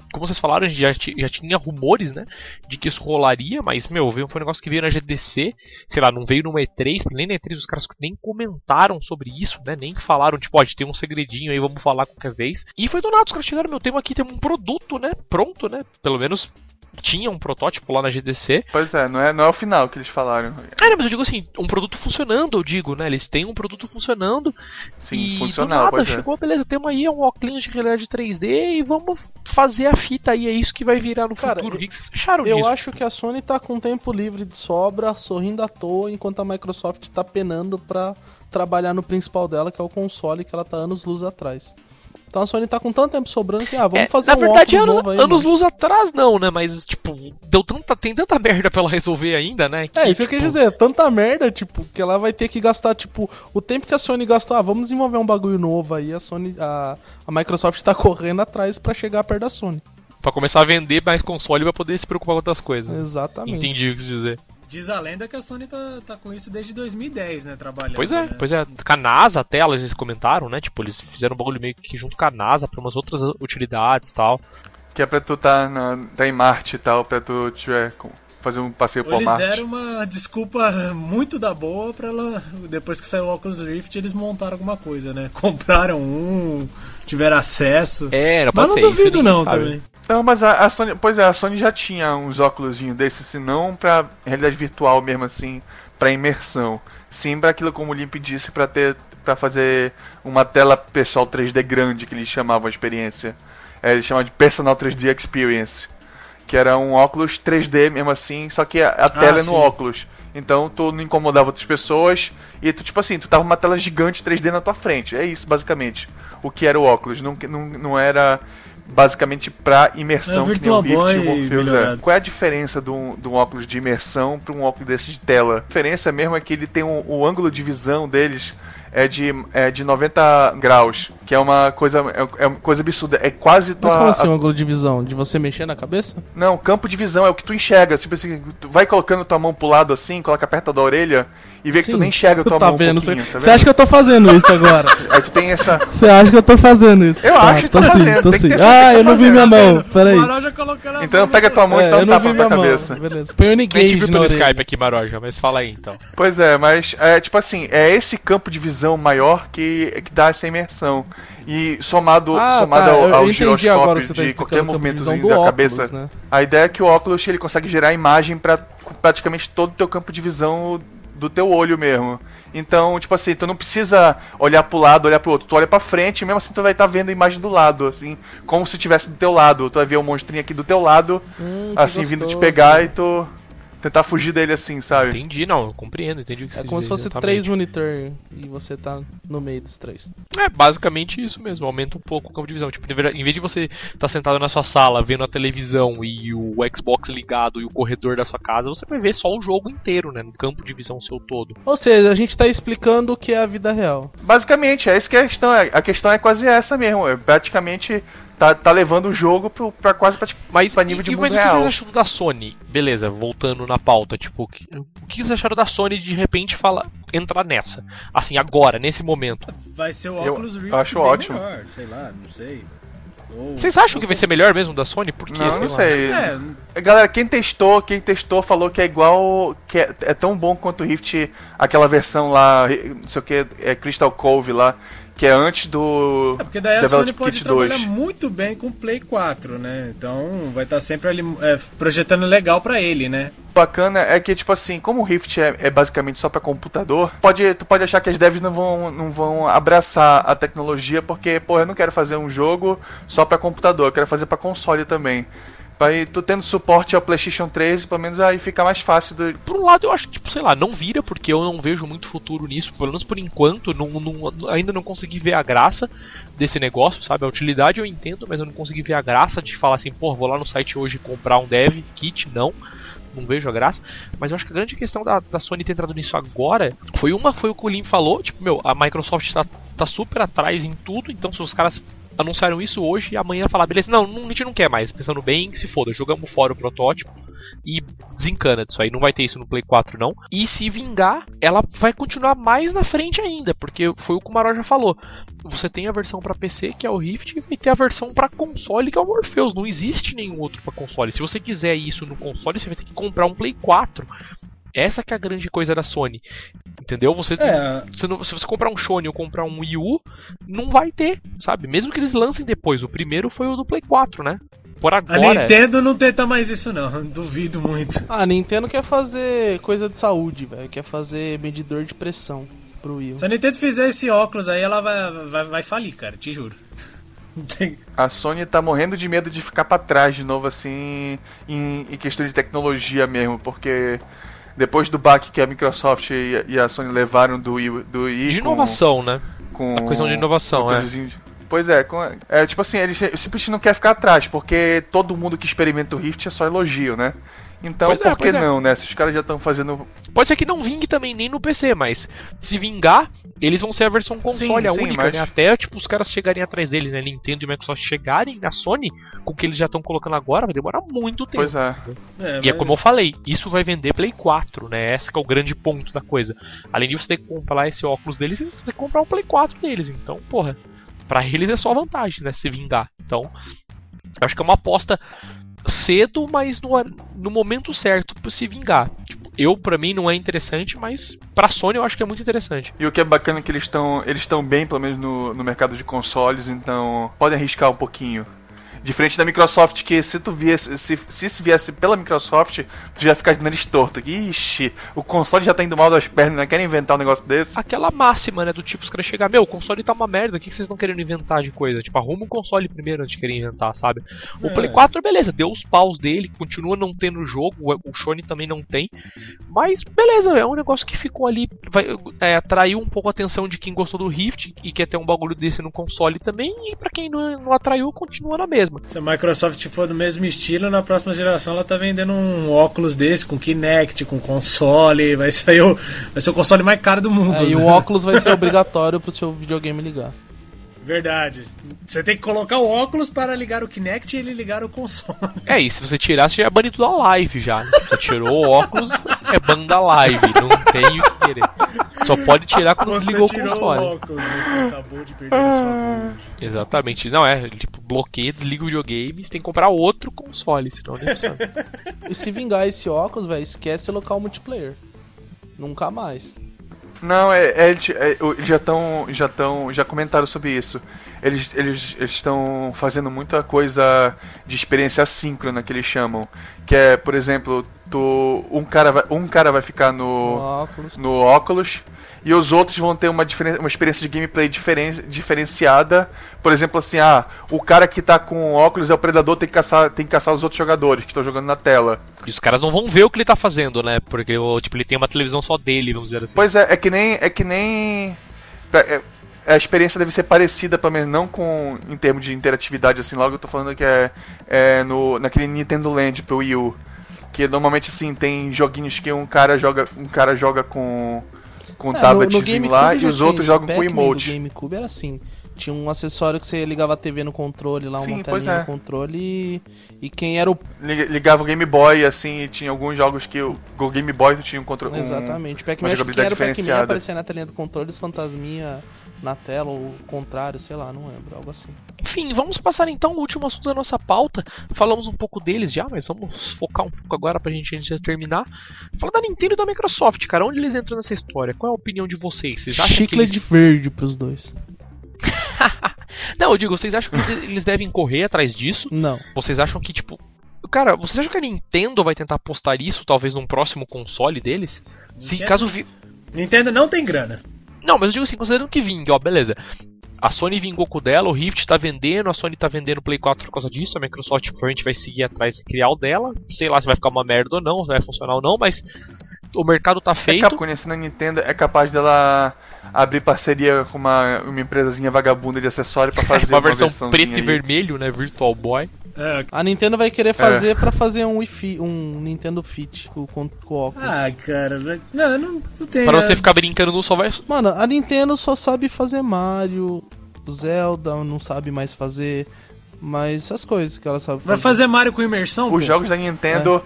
S1: como vocês falaram, a gente já, t- já tinha rumores, né, de que isso rolaria, mas, meu, veio, foi um negócio que veio na G D C, sei lá, não veio numa E três, nem na E três os caras nem comentaram sobre isso, né, nem falaram, tipo, pode ter um segredinho aí, vamos falar qualquer vez. E foi do nada, os caras chegaram, meu, tema aqui, tem um produto, né, pronto, né, pelo menos tinha um protótipo lá na G D C.
S3: Pois é, não é, não é o final que eles falaram.
S1: Ah, não, mas eu digo assim, um produto funcionando, eu digo, né? Eles têm um produto funcionando.
S3: Sim,
S1: e
S3: funcional,
S1: do nada,
S3: pois é.
S1: chegou, beleza, temos aí um óculos de realidade três D e vamos fazer a fita aí, é isso que vai virar no
S4: Cara,
S1: futuro. O que que vocês acharam
S4: Eu
S1: disso?
S4: acho que a Sony tá com tempo livre de sobra, sorrindo à toa, enquanto a Microsoft tá penando pra trabalhar no principal dela, que é o console, que ela tá anos luz atrás. Então a Sony tá com tanto tempo sobrando que, ah, vamos
S1: É,
S4: fazer
S1: na
S4: um
S1: verdade,
S4: óculos
S1: anos,
S4: novo aí.
S1: anos
S4: mano.
S1: luz atrás não, né? Mas, tipo, deu tanta, tem tanta merda pra ela resolver ainda, né? Que,
S4: É, isso que eu
S1: tipo,
S4: quis dizer, tanta merda, tipo, que ela vai ter que gastar, tipo, o tempo que a Sony gastou, ah, vamos desenvolver um bagulho novo aí, a Sony, a, a Microsoft tá correndo atrás pra chegar perto da Sony.
S1: Pra começar a vender mais console pra poder se preocupar com outras coisas.
S4: Exatamente.
S1: Entendi o que quis dizer.
S2: Diz a lenda que a Sony tá, tá com isso desde dois mil e dez, né? Trabalhando.
S1: Pois é,
S2: né?
S1: pois é. Com a NASA até, eles comentaram, né? Tipo, eles fizeram um bagulho meio que junto com a NASA pra umas outras utilidades e tal.
S3: Que é pra tu tá, na, tá em Marte e tal, pra tu tiver, com- fazer um passeio
S2: Ou
S3: por
S2: eles
S3: Marte.
S2: deram uma desculpa muito da boa pra ela. Depois que saiu o Oculus Rift, eles montaram alguma coisa, né? Compraram um, tiveram acesso.
S1: É, não
S2: Mas
S1: pode
S2: não
S1: ser isso,
S2: duvido,
S1: ninguém
S2: não,
S1: sabe.
S2: também.
S3: Não, mas a, a Sony, pois é, a Sony já tinha uns óculosinhos desses, se não pra realidade virtual mesmo assim, pra imersão. Sim, pra aquilo como o Limp disse, pra ter, para fazer uma tela pessoal três D grande, que eles chamavam a experiência. É, eles chamavam de Personal três D Experience, que era um óculos três D mesmo assim, só que a, a tela é no
S2: sim.
S3: óculos. Então tu não incomodava outras pessoas e tu, tipo assim, tu tava uma tela gigante três D na tua frente. É isso, basicamente, o que era o óculos. Não, não, não era basicamente pra imersão,
S2: É
S3: que nem o
S2: Virtual
S3: Rift e o
S2: Boy
S3: Morpheus é.
S2: melhorado.
S3: Qual é a diferença de um, de um óculos de imersão para um óculos desse de tela? A diferença mesmo é que ele tem um, o ângulo de visão deles é de, é de noventa graus, que é uma coisa, é, é uma coisa absurda. É quase tua...
S4: Mas como assim, um ângulo de visão? De você mexer na cabeça?
S3: Não, campo de visão é o que tu enxerga. Tipo assim, tu vai colocando tua mão pro lado assim, coloca perto da orelha e vê que
S4: Sim.
S3: tu nem enxerga a tua
S4: Tá
S3: mão
S4: vendo?
S3: um pouquinho,
S4: Você
S3: tá
S4: você
S3: vendo?
S4: acha que eu tô fazendo isso agora?
S3: Aí tu tem essa...
S4: Você acha que eu tô fazendo isso?
S3: Eu
S4: Tá,
S3: acho que
S4: tô
S3: tá
S4: sim,
S3: fazendo,
S4: tô
S3: tem que
S4: sim.
S3: ter-
S4: Ah,
S3: tem que
S4: eu não vi
S3: fazer,
S4: minha
S3: né?
S4: mão, peraí.
S2: Maró já colocando a
S3: Então
S2: mão
S3: pega
S2: no
S3: tua mão e
S4: É,
S3: dá um
S4: eu não
S3: tapa
S4: vi
S3: na
S4: minha
S3: tua
S4: mão.
S3: cabeça.
S4: Beleza. Põe o
S1: A gente
S4: N-Gage
S1: viu
S4: na
S1: pelo
S4: orelha.
S1: Skype aqui, Maroja, mas fala aí então.
S3: Pois é, mas é tipo assim, é esse campo de visão maior que, que dá essa imersão. E somado,
S4: Ah,
S3: somado
S4: tá,
S3: ao,
S4: eu-
S3: ao
S4: eu entendi agora
S3: giroscópio
S4: que você tá
S3: de
S4: explicando
S3: qualquer
S4: o campo de
S3: movimentozinho
S4: visão do
S3: da
S4: óculos,
S3: cabeça,
S4: né?
S3: a ideia é que o óculos ele consegue gerar imagem para praticamente todo o teu campo de visão do teu olho mesmo. Então, tipo assim, tu não precisa olhar pro lado, olhar pro outro, tu olha pra frente e mesmo assim tu vai estar vendo a imagem do lado, assim, como se estivesse do teu lado. Tu vai ver o monstrinho aqui do teu lado,
S4: Hum, que
S3: assim, vindo te
S4: gostoso.
S3: pegar e tu tentar fugir dele assim, sabe?
S1: Entendi, não, eu compreendo, entendi o que você
S4: É
S1: quis
S4: como se
S1: dizer,
S4: fosse três
S1: exatamente.
S4: monitor e você tá no meio dos três.
S1: É basicamente isso mesmo, aumenta um pouco o campo de visão. Tipo, em vez de você estar sentado na sua sala vendo a televisão e o Xbox ligado e o corredor da sua casa, você vai ver só o jogo inteiro, né? No campo de visão seu todo.
S4: Ou seja, a gente tá explicando o que é a vida real.
S3: Basicamente, é isso que é a questão. é- A questão é quase essa mesmo. É praticamente tá, tá levando o jogo pro, pra quase pra,
S1: Mas,
S3: pra nível
S1: e,
S3: de
S1: e-
S3: mundo
S1: mas o que
S3: real.
S1: vocês acham da Sony? Beleza, voltando na pauta, tipo, o que, o que vocês acharam da Sony de repente fala, entrar nessa? Assim, agora, nesse momento.
S2: Vai ser o
S3: Eu
S2: Oculus Rift
S3: acho
S2: bem
S3: ótimo.
S2: melhor, sei lá, não sei. Ou-
S1: Vocês acham que vai ser melhor mesmo da Sony? Por quê?
S3: Não,
S1: Sei
S3: não
S1: lá.
S3: sei.
S2: É,
S3: Galera, quem testou, quem testou falou que é igual, que é, é tão bom quanto o Rift, aquela versão lá, não sei o que, é Crystal Cove lá, que é antes do
S2: é porque daí a Sony
S3: Develop
S2: pode
S3: Kit
S2: trabalhar
S3: dois.
S2: muito bem com o Play quatro, né? Então vai estar sempre ali é, projetando legal pra ele, né?
S3: Bacana é que, tipo assim, como o Rift é, é basicamente só pra computador, pode, tu pode achar que as devs não vão, não vão abraçar a tecnologia, porque, pô, eu não quero fazer um jogo só pra computador, eu quero fazer pra console também. Aí tu tendo suporte ao PlayStation três, pelo menos aí fica mais fácil do...
S1: Por um lado, eu acho que, tipo, sei lá, não vira, porque eu não vejo muito futuro nisso. Pelo menos por enquanto, não, não- ainda não consegui ver a graça desse negócio, sabe? A utilidade eu entendo, mas eu não consegui ver a graça de falar assim, pô, vou lá no site hoje comprar um dev kit, não. Não vejo a graça. Mas eu acho que a grande questão da, da Sony ter entrado nisso agora foi uma, foi o que o Lim falou, tipo, meu, a Microsoft tá, tá super atrás em tudo, então se os caras anunciaram isso hoje e amanhã falar, beleza, não, não, a gente não quer mais, pensando bem, se foda, jogamos fora o protótipo e desencana disso aí. Não vai ter isso no Play quatro, não. E se vingar, ela vai continuar mais na frente ainda, porque foi o que o Maró já falou. Você tem a versão pra P C, que é o Rift, e tem a versão pra console, que é o Morpheus. Não existe nenhum outro pra console. Se você quiser isso no console, você vai ter que comprar um Play quatro. Essa que é a grande coisa da Sony. Entendeu? Você,
S2: É.
S1: você não- se você comprar um Sony ou comprar um Wii U, não vai ter, sabe? Mesmo que eles lancem depois. O primeiro foi o do Play quatro, né? Por
S2: A
S1: agora.
S2: Nintendo não tenta mais isso, não. Duvido muito.
S4: Ah, a Nintendo quer fazer coisa de saúde, velho. Quer fazer medidor de pressão pro Wii U.
S2: Se a Nintendo fizer esse óculos aí, ela vai, vai, vai falir, cara. Te juro. Não tem-
S3: A Sony tá morrendo de medo de ficar pra trás de novo, assim, em, em questão de tecnologia mesmo, porque depois do baque que a Microsoft e, e a Sony levaram do Wii, do Wii
S1: De
S3: com-
S1: inovação, né?
S3: com
S1: A questão de inovação,
S3: com
S1: é.
S3: televisão- Pois é, com- é, tipo assim, eles simplesmente não querem ficar atrás, porque todo mundo que experimenta o Rift é só elogio, né? Então,
S1: Pois é,
S3: por que
S1: pois é.
S3: não, né? Se os caras já estão fazendo...
S1: Pode ser que não vingue também nem no P C, mas se vingar, eles vão ser a versão console,
S3: Sim,
S1: a
S3: sim,
S1: única,
S3: mas-
S1: né? Até tipo os caras chegarem atrás dele, né? Nintendo e Microsoft chegarem na Sony, com o que eles já estão colocando agora, vai demorar muito tempo.
S3: Pois é.
S2: É,
S1: E é
S2: mas-
S1: como eu falei, isso vai vender Play quatro, né? Esse que é o grande ponto da coisa. Além de você ter que comprar esse óculos deles, você tem que comprar um Play quatro deles. Então, porra, pra eles é só vantagem, né? Se vingar. Então, eu acho que é uma aposta cedo, mas no, no momento certo pra se vingar. Tipo, eu, pra mim, não é interessante, mas pra Sony eu acho que é muito interessante.
S3: E o que é bacana é que eles estão eles estão bem, pelo menos no, no mercado de consoles, então podem arriscar um pouquinho. Diferente da Microsoft, que se tu viesse, se, se isso viesse pela Microsoft, tu já ia ficar de nariz torto. Ixi, o console já tá indo mal das pernas, né? Querem inventar um negócio desse?
S1: Aquela máxima, né, do tipo, os caras chegar, meu, o console tá uma merda, o que que vocês estão querendo inventar de coisa? Tipo, arruma um console primeiro antes de querer inventar, sabe? O
S2: É.
S1: Play quatro, beleza, deu os paus dele, continua não tendo jogo, o Sony também não tem, mas beleza, é um negócio que ficou ali, vai, é, atraiu um pouco a atenção de quem gostou do Rift e quer ter um bagulho desse no console também, e pra quem não, não atraiu, continua na mesma.
S2: Se a Microsoft for do mesmo estilo, na próxima geração ela tá vendendo um óculos desse, com Kinect, com console. Vai sair o, vai ser o console mais caro do mundo.
S4: É, e o óculos vai ser obrigatório pro seu videogame ligar.
S2: Verdade. Você tem que colocar o óculos para ligar o Kinect e ele ligar o console.
S1: É, e se você tirar, você já é banido da live já. Né? Você tirou o óculos, é ban da live, não tem o que querer. Só pode tirar quando
S2: Você
S1: desligou o
S2: tirou
S1: console.
S2: o óculos, você acabou de perder a sua boa.
S1: Exatamente. Não, é, tipo, bloqueia, desliga o videogame, você tem que comprar outro console, senão nem funciona.
S4: E se vingar esse óculos, velho, esquece local multiplayer. Nunca mais.
S3: Não, é, é, é, eles já estão, já estão, já comentaram sobre isso. Eles eles eles estão fazendo muita coisa de experiência assíncrona que eles chamam, que é, por exemplo, tu, um cara vai, um cara vai ficar no
S4: O óculos.
S3: no óculos e os outros vão ter uma, diferen, uma experiência de gameplay diferen, diferenciada. Por exemplo, assim, ah, o cara que tá com óculos é o predador, tem que caçar, tem que caçar os outros jogadores que estão jogando na tela.
S1: E os caras não vão ver o que ele tá fazendo, né? Porque tipo, ele tem uma televisão só dele, vamos dizer assim.
S3: Pois é, é que nem é que nem é, a experiência deve ser parecida, pelo menos não com em termos de interatividade assim, logo eu tô falando que é, é no naquele Nintendo Land pro Wii U, que normalmente assim tem joguinhos que um cara joga, um cara joga com com um
S4: É,
S3: tabletzinho lá e
S4: já
S3: os
S4: tinha
S3: outros
S4: isso.
S3: jogam
S4: O
S3: com
S4: Pac-Man
S3: emote.
S4: do GameCube era assim. Tinha um acessório que você ligava a T V no controle lá,
S3: Sim,
S4: uma
S3: pois
S4: telinha
S3: é.
S4: no controle e, e quem era o...
S3: Lig- Ligava o Game Boy assim, e tinha alguns jogos que o, o Game Boy tu tinha um controle um,
S4: Exatamente. O
S3: uma
S4: Pac-Man, acho que quem
S3: jogabilidade
S4: era o Pac-Man
S3: diferenciada.
S4: aparecia na telinha do controle, os fantasminha na tela, ou o contrário, sei lá, não lembro, algo assim.
S1: Enfim, vamos passar então ao último assunto da nossa pauta. Falamos um pouco deles já, mas vamos focar um pouco agora pra gente, antes de terminar. Falar da Nintendo e da Microsoft, cara. Onde eles entram nessa história? Qual é a opinião de vocês? Vocês acham
S4: Chicle
S1: que
S4: de
S1: eles...
S4: verde pros dois.
S1: Não, eu digo, vocês acham que eles- eles devem correr atrás disso?
S4: Não.
S1: Vocês acham que, tipo... Cara, vocês acham que a Nintendo vai tentar apostar isso, talvez, num próximo console deles? Se
S2: Nintendo?
S1: caso... Vi...
S2: Nintendo não tem grana.
S1: Não, mas eu digo assim, considerando que vingue, ó, beleza. A Sony vingou com o dela, o Rift tá vendendo, a Sony tá vendendo o Play quatro por causa disso, a Microsoft provavelmente vai seguir atrás e criar o dela. Sei lá se vai ficar uma merda ou não, se vai funcionar ou não, mas o mercado tá
S3: É
S1: feito.
S3: cap- conhecendo a Nintendo, é capaz dela abrir parceria com uma, uma empresazinha vagabunda de acessório pra fazer
S1: uma versão
S3: versãozinha
S1: preto e
S3: aí.
S1: vermelho, né, Virtual Boy.
S2: É.
S4: A Nintendo vai querer fazer pra fazer um Wii Fit, um Nintendo Fit com, com, com óculos.
S2: Ah, cara, vai- não, não, não tem.
S1: Pra
S2: né?
S1: você ficar brincando no só vai...
S4: Mano, a Nintendo só sabe fazer Mario, Zelda, não sabe mais fazer, mas essas coisas que ela sabe fazer.
S2: Vai fazer Mario com imersão?
S3: Os
S2: pô?
S3: jogos da Nintendo,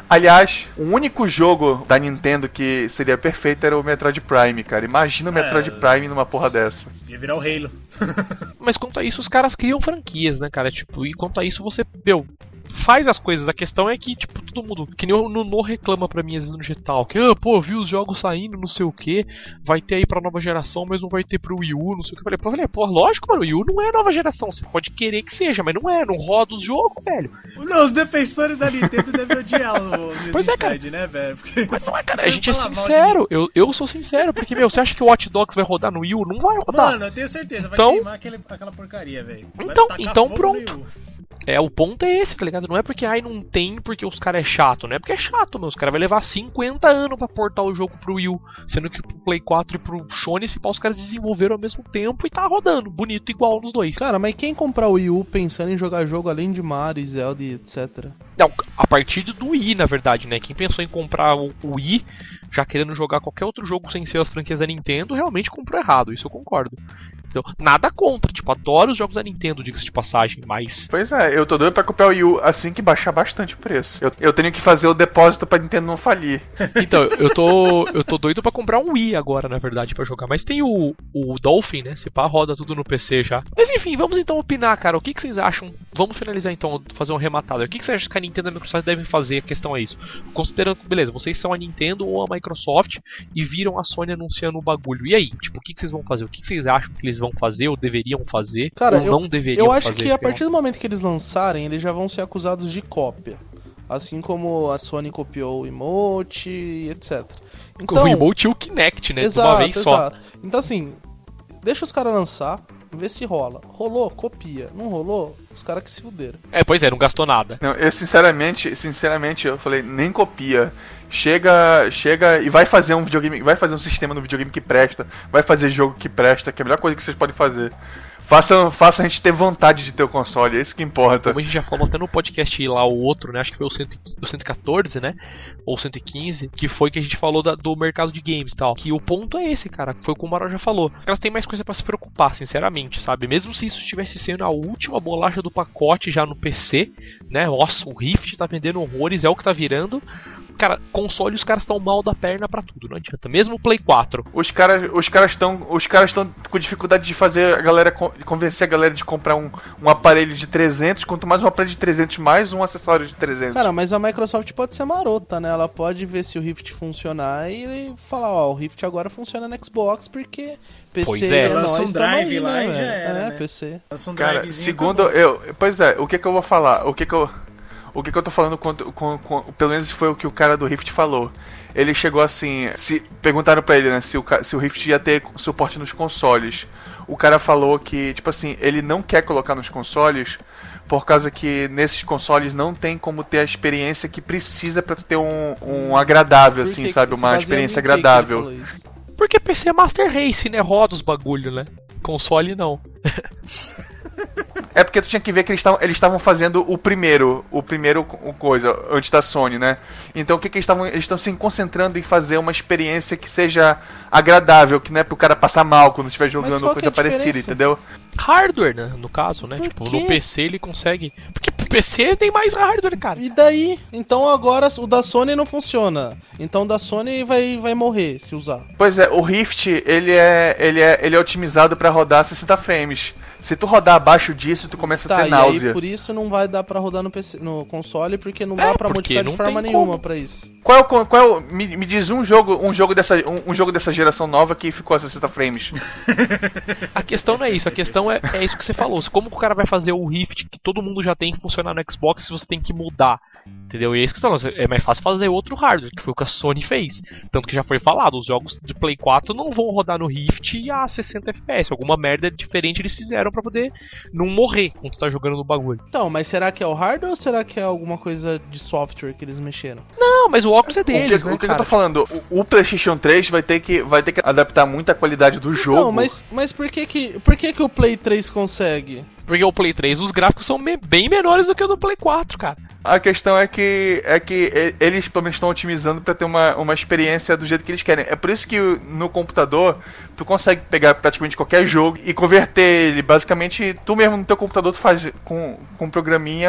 S3: Aliás, o único jogo da Nintendo que seria perfeito era o Metroid Prime, cara. Imagina o Metroid
S2: É.
S3: Prime numa porra dessa.
S2: Ia virar o Halo.
S1: Mas quanto a isso, os caras criam franquias, né, cara? Tipo, e quanto a isso, você, meu, faz as coisas. A questão é que, tipo, todo mundo, que nem o Nuno reclama pra mim às vezes no digital, que, ah, pô, vi os jogos saindo, não sei o que, vai ter aí pra nova geração, mas não vai ter pro Wii U, não sei o que. Eu falei, pô, eu falei, pô, lógico, mano, o Wii U não é nova geração, você pode querer que seja, mas não é, não roda os jogos, velho.
S2: Não, os defensores da Nintendo devem odiar o News
S1: Pois é, cara.
S2: Inside, né, velho? Porque
S1: Mas não é, cara, a gente é
S2: falar mal de
S1: sincero, eu, eu sou sincero, porque, meu, você acha que o Watch Dogs vai rodar no Wii U? Não vai rodar.
S2: Mano, eu tenho certeza, vai
S1: Então-
S2: queimar aquele, aquela porcaria, velho. Vai
S1: Então-
S2: tacar
S1: então
S2: fogo
S1: pronto.
S2: no Wii U.
S1: É, o ponto é esse, tá ligado? Não é porque, ai, não tem porque os caras é chato, não é porque é chato, meu. Os caras vai levar cinquenta anos pra portar o jogo pro Wii U, sendo que pro Play quatro e pro Sony, se pá, os caras desenvolveram ao mesmo tempo e tá rodando, bonito, igual nos dois.
S4: Cara, mas quem comprar o Wii U pensando em jogar jogo além de Mario, Zelda e etcétera?
S1: Não, a partir do Wii, na verdade, né? Quem pensou em comprar o o Wii, já querendo jogar qualquer outro jogo sem ser as franquias da Nintendo, realmente comprou errado, isso eu concordo. Então, nada contra, tipo, adoro os jogos da Nintendo, diga-se de passagem, mas...
S3: Pois é, eu tô doido pra comprar o Wii U assim que baixar bastante o preço. Eu, eu tenho que fazer o depósito pra Nintendo não falir.
S1: Então, eu tô, eu tô doido pra comprar um Wii agora, na verdade, pra jogar. Mas tem o, o Dolphin, né? Se pá, roda tudo no P C já. Mas enfim, vamos então opinar, cara. O que, que vocês acham? Vamos finalizar então, fazer um rematado. O que, que vocês acham que a Nintendo e a Microsoft devem fazer? A questão é isso. Considerando que, beleza, vocês são a Nintendo ou a Microsoft e viram a Sony anunciando o bagulho. E aí? Tipo, o que, que vocês vão fazer? O que, que vocês acham que eles vão fazer ou deveriam fazer?
S4: Cara,
S1: ou
S4: eu,
S1: não deveriam
S4: eu acho
S1: fazer?
S4: que a
S1: sei lá?
S4: partir do momento que eles lançarem, eles já vão ser acusados de cópia. Assim como a Sony copiou o emote e etcétera. Então,
S1: o emote e o Kinect, né? De
S4: exato,
S1: uma vez só.
S4: exato. Então assim, deixa os caras lançar, vê se rola. Rolou, copia. Não rolou, os caras que se fuderam.
S1: É, pois é, não gastou nada.
S3: Não, eu sinceramente, sinceramente, eu falei, nem copia. Chega, chega e vai fazer um videogame, vai fazer um sistema no videogame que presta, vai fazer jogo que presta, que é a melhor coisa que vocês podem fazer. Faça, faça a gente ter vontade de ter o console, é isso que importa.
S1: Como a gente já falou até no podcast lá, o outro, né? Acho que foi o, cento, o cento e quatorze, né? Ou cento e quinze, que foi que a gente falou da, do mercado de games e tal. Que o ponto é esse, cara. Foi como o Marão já falou. Elas têm mais coisa pra se preocupar, sinceramente, sabe? Mesmo se isso estivesse sendo a última bolacha do pacote já no P C, né? Nossa, o Rift tá vendendo horrores, é o que tá virando. Cara, console os caras estão mal da perna pra tudo, não adianta. Mesmo o Play quatro.
S3: Os caras os caras estão os caras estão com dificuldade de fazer a galera convencer a galera de comprar um, um aparelho de trezentos, quanto mais um aparelho de trezentos mais um acessório de trezentos.
S4: Cara, mas a Microsoft pode ser marota, né? Ela pode ver se o Rift funcionar e falar, ó, o Rift agora funciona no Xbox porque P C
S1: Pois é.
S4: nós
S2: Lança um
S4: tamo
S2: drive
S4: aí,
S2: lá
S4: né,
S2: e já
S4: velho?
S2: era,
S4: É,
S2: né?
S4: P C.
S2: Lança um
S3: Cara,
S2: drivezinho,
S3: segundo
S2: acabou.
S3: eu, pois é, o que que eu vou falar? O que que eu O que, que eu tô falando com, com, com, pelo menos foi o que o cara do Rift falou. Ele chegou assim, se perguntaram pra ele, né, se o, se o Rift ia ter suporte nos consoles. O cara falou que, tipo assim, ele não quer colocar nos consoles por causa que nesses consoles não tem como ter a experiência que precisa pra tu ter um, um agradável,
S4: Por
S3: assim,
S4: que-
S3: sabe?
S4: se
S3: Uma
S4: baseando
S3: experiência
S4: em que que ele
S3: agradável.
S4: falou isso?
S1: Porque P C é Master Race, né? Roda os bagulho, né? Console não.
S3: É porque tu tinha que ver que eles estavam eles estavam fazendo o primeiro, o primeiro co- coisa, antes da Sony, né? Então o que que eles estavam, eles estão se concentrando em fazer uma experiência que seja agradável, que não é pro cara passar mal quando estiver jogando
S4: qual
S3: ou
S4: que é
S3: coisa
S4: a
S3: parecida,
S4: diferença?
S3: entendeu?
S1: Hardware, né? No caso, né?
S4: Por
S1: Tipo,
S4: quê?
S1: no P C ele consegue. Porque pro P C tem mais hardware, cara.
S4: E daí? Então agora o da Sony não funciona. Então o da Sony vai, vai morrer se usar.
S3: Pois é, o Rift, ele é ele é ele é otimizado pra rodar sessenta frames. Se tu rodar abaixo disso, tu começa a
S4: Tá,
S3: ter
S4: e
S3: náusea.
S4: aí por isso não vai dar pra rodar no, P C, no console, porque não
S1: É,
S4: dá pra
S1: porque
S4: modificar de
S1: não
S4: forma
S1: tem
S4: nenhuma
S1: como.
S4: pra isso.
S3: Qual é o co- qual é o, me, me diz um jogo, um jogo dessa um, um jogo dessa geração nova que ficou a sessenta frames.
S1: A questão não é isso, a questão é, é isso que você falou. Como que o cara vai fazer o Rift que todo mundo já tem funcionar no Xbox se você tem que mudar? Entendeu? E é isso que eu tô falando. É mais fácil fazer outro hardware, que foi o que a Sony fez. Tanto que já foi falado, os jogos de Play quatro não vão rodar no Rift a sessenta F P S. Alguma merda diferente eles fizeram pra poder não morrer quando tu tá jogando no bagulho.
S4: Então, mas será que é o hardware ou será que é alguma coisa de software que eles mexeram?
S1: Não, mas o óculos é
S3: O que,
S1: deles,
S3: o
S1: né,
S3: que eu
S1: cara?
S3: tô falando? O, o PlayStation três vai ter que vai ter que adaptar muito a qualidade do jogo.
S4: Não, mas, mas por que que, por que que o Play três consegue?
S1: Porque o Play três, os gráficos são me- bem menores do que o do Play quatro, cara.
S3: A questão é que, é que e- eles pelo menos estão otimizando pra ter uma, uma experiência do jeito que eles querem. É por isso que no computador tu consegue pegar praticamente qualquer jogo e converter ele. Basicamente, tu mesmo no teu computador tu faz com, com um programinha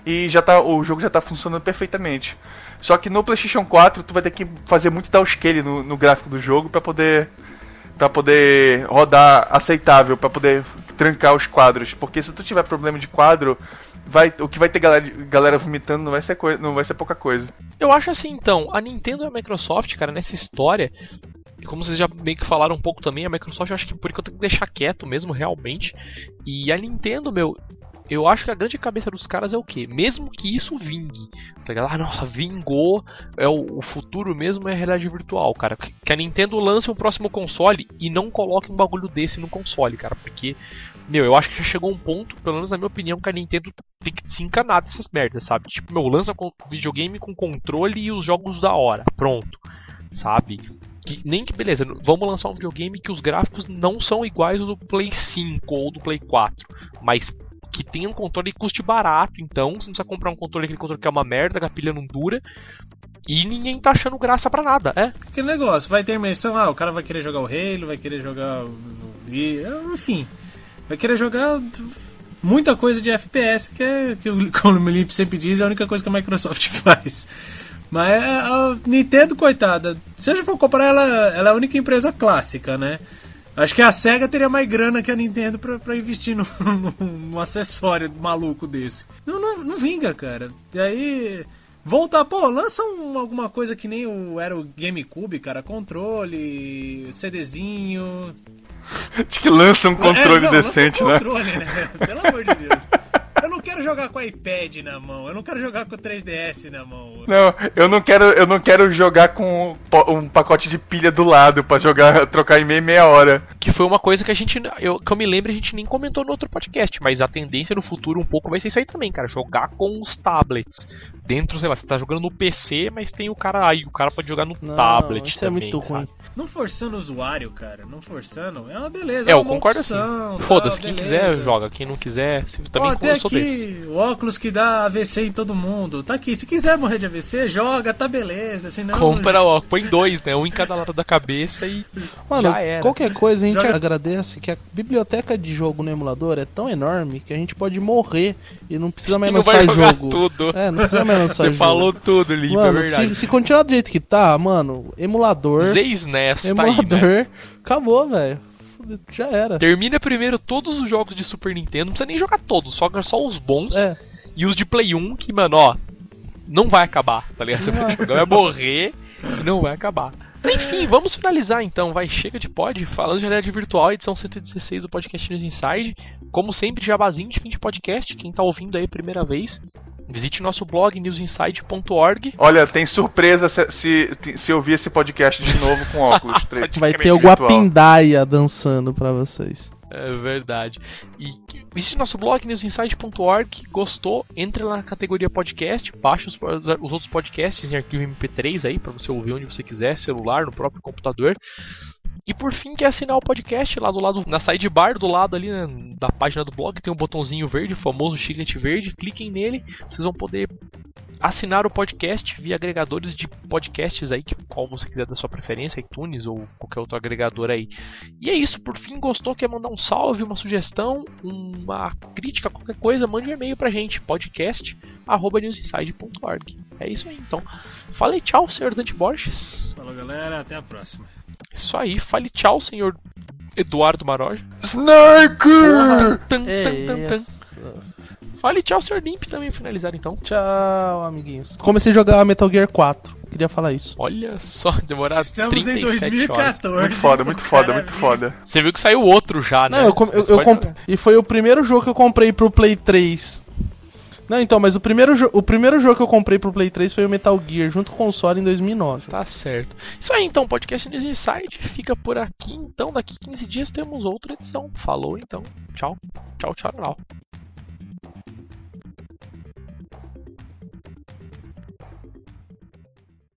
S3: e já tá, o jogo já tá funcionando perfeitamente. Só que no PlayStation quatro tu vai ter que fazer muito downscale no, no gráfico do jogo pra poder, pra poder rodar aceitável, pra poder trancar os quadros. Porque se tu tiver problema de quadro, vai, o que vai ter galera, galera vomitando não vai, ser coi- não vai ser pouca coisa.
S1: Eu acho assim, então, a Nintendo e a Microsoft, cara, nessa história, e como vocês já meio que falaram um pouco também, a Microsoft eu acho que por enquanto tem que deixar quieto mesmo, realmente. E a Nintendo, meu, eu acho que a grande cabeça dos caras é o quê? Mesmo que isso vingue, tá ligado? Ah, nossa, vingou, é o, o futuro mesmo é a realidade virtual, cara. Que a Nintendo lance um próximo console e não coloque um bagulho desse no console, cara, porque... Meu, eu acho que já chegou um ponto, pelo menos na minha opinião, que a Nintendo tem que se encanar dessas merdas, sabe? Tipo, meu, lança com videogame com controle e os jogos da hora. Pronto. Sabe? Que, nem que, beleza, vamos lançar um videogame que os gráficos não são iguais ao do Play cinco ou do Play quatro. Mas que tenha um controle e custe barato, então. Você não precisa comprar um controle, aquele controle que é uma merda, que a pilha não dura. E ninguém tá achando graça pra nada, é?
S2: Aquele negócio, vai ter imersão, ah, o cara vai querer jogar o Halo, vai querer jogar o... Enfim... Vai querer jogar muita coisa de F P S, que é, que como o Melimp sempre diz, é a única coisa que a Microsoft faz. Mas a Nintendo, coitada, se a gente for comparar, ela, ela é a única empresa clássica, né? Acho que a SEGA teria mais grana que a Nintendo pra, pra investir num, num acessório maluco desse. Não, não, não vinga, cara. E aí... Voltar, pô, lança um, alguma coisa que nem o, era o GameCube, cara. Controle, CDzinho...
S3: Acho que lança um controle
S2: é, não,
S3: decente,
S2: lança um
S3: né?
S2: controle, né? Pelo amor de Deus. Eu não quero jogar com o iPad na mão, eu não quero jogar com o três D S na mão.
S3: Não, eu não quero, eu não quero jogar com um pacote de pilha do lado pra jogar, trocar em meia meia hora.
S1: Que foi uma coisa que a gente, eu, que eu me lembro, a gente nem comentou no outro podcast, mas a tendência no futuro um pouco vai ser isso aí também, cara, jogar com os tablets. Dentro, sei lá, você tá jogando no P C, mas tem o cara aí, o cara pode jogar no
S4: Não,
S1: tablet
S4: isso
S1: também,
S4: é muito
S1: sabe?
S4: ruim.
S2: Não forçando o usuário, cara, não forçando, é uma beleza.
S1: É,
S2: é
S1: eu
S2: uma
S1: concordo
S2: opção,
S1: assim. Foda-se,
S2: tal,
S1: quem
S2: beleza.
S1: quiser joga, quem não quiser, se- também
S2: Ó,
S1: como
S2: tem
S1: eu sou desse.
S2: aqui o óculos que dá A V C em todo mundo. Tá aqui, se quiser morrer de A V C, joga, tá beleza. Senão,
S1: Compra, ó, põe dois, né? Um em cada lado da cabeça e
S4: Mano,
S1: já era.
S4: qualquer coisa a gente
S2: Joga-
S4: agradece que a biblioteca de jogo no emulador é tão enorme que a gente pode morrer e não precisa mais
S1: E não vai
S4: lançar
S1: jogar
S4: jogo.
S1: tudo.
S4: É, não precisa mais lançar
S1: Você
S4: jogo.
S1: falou tudo, Limpo, é
S4: Mano,
S1: verdade.
S4: se, se continuar do jeito que tá, mano, emulador.
S1: Z-SNES tá aí,
S4: emulador,
S1: né?
S4: acabou, velho. Já era.
S1: Termina primeiro todos os jogos de Super Nintendo, não precisa nem jogar todos, só só os bons.
S4: É.
S1: E os de Play um, que, mano, ó, não vai acabar, tá ligado? Você vai jogar, vai morrer e não vai acabar. Enfim, vamos finalizar então, vai, chega de pod, falando de realidade virtual, edição cento e dezesseis do podcast News Inside. Como sempre, jabazinho de fim de podcast, quem tá ouvindo aí a primeira vez, visite nosso blog news inside ponto org.
S3: Olha, tem surpresa se, se, se eu ouvir esse podcast de novo com óculos.
S1: Pode
S4: Vai
S1: crer,
S4: ter o
S3: virtual.
S4: Guapindaia dançando pra vocês.
S1: É verdade. E visite nosso blog news inside ponto org. Gostou? Entre lá na categoria podcast, baixe os, os outros podcasts em arquivo M P três aí pra você ouvir onde você quiser, celular, no próprio computador. E por fim, quer assinar o podcast lá do lado, na sidebar do lado ali, né, da página do blog, tem um botãozinho verde, o famoso chiclete verde. Cliquem nele, vocês vão poder assinar o podcast via agregadores de podcasts aí, que qual você quiser da sua preferência, iTunes ou qualquer outro agregador aí. E é isso, por fim, gostou, quer mandar um salve, uma sugestão, uma crítica, qualquer coisa, mande um e-mail pra gente, podcast arroba news inside ponto org. É isso aí, então. Fale tchau, senhor Dante Borges.
S2: Falou, galera, até a próxima.
S1: Isso aí, fale tchau, senhor Eduardo Maroja.
S3: Snake!
S1: Tan,
S4: É
S1: tan, tan, tan.
S4: isso.
S1: Fale tchau, senhor Limp também, finalizar então.
S4: Tchau, amiguinhos. Comecei a jogar Metal Gear quatro. Queria falar isso.
S1: Olha só, demorar
S2: Estamos
S1: trinta
S2: em
S1: e
S2: dois
S1: sete
S2: mil e
S1: horas.
S2: quatorze.
S3: Muito foda, muito foda, muito
S2: Maravilha.
S3: foda.
S1: Você viu que saiu outro já, né?
S4: Não, eu, com- eu,
S1: Você
S4: eu
S1: pode
S4: comp-
S1: jogar.
S4: E foi o primeiro jogo que eu comprei pro Play três. Não, então, mas o primeiro, jo- o primeiro jogo que eu comprei pro Play três foi o Metal Gear, junto com o console em dois mil e nove.
S1: Tá certo. Isso aí então, podcast News Inside fica por aqui. Então, daqui quinze dias temos outra edição. Falou então. Tchau. Tchau, tchau, tchau.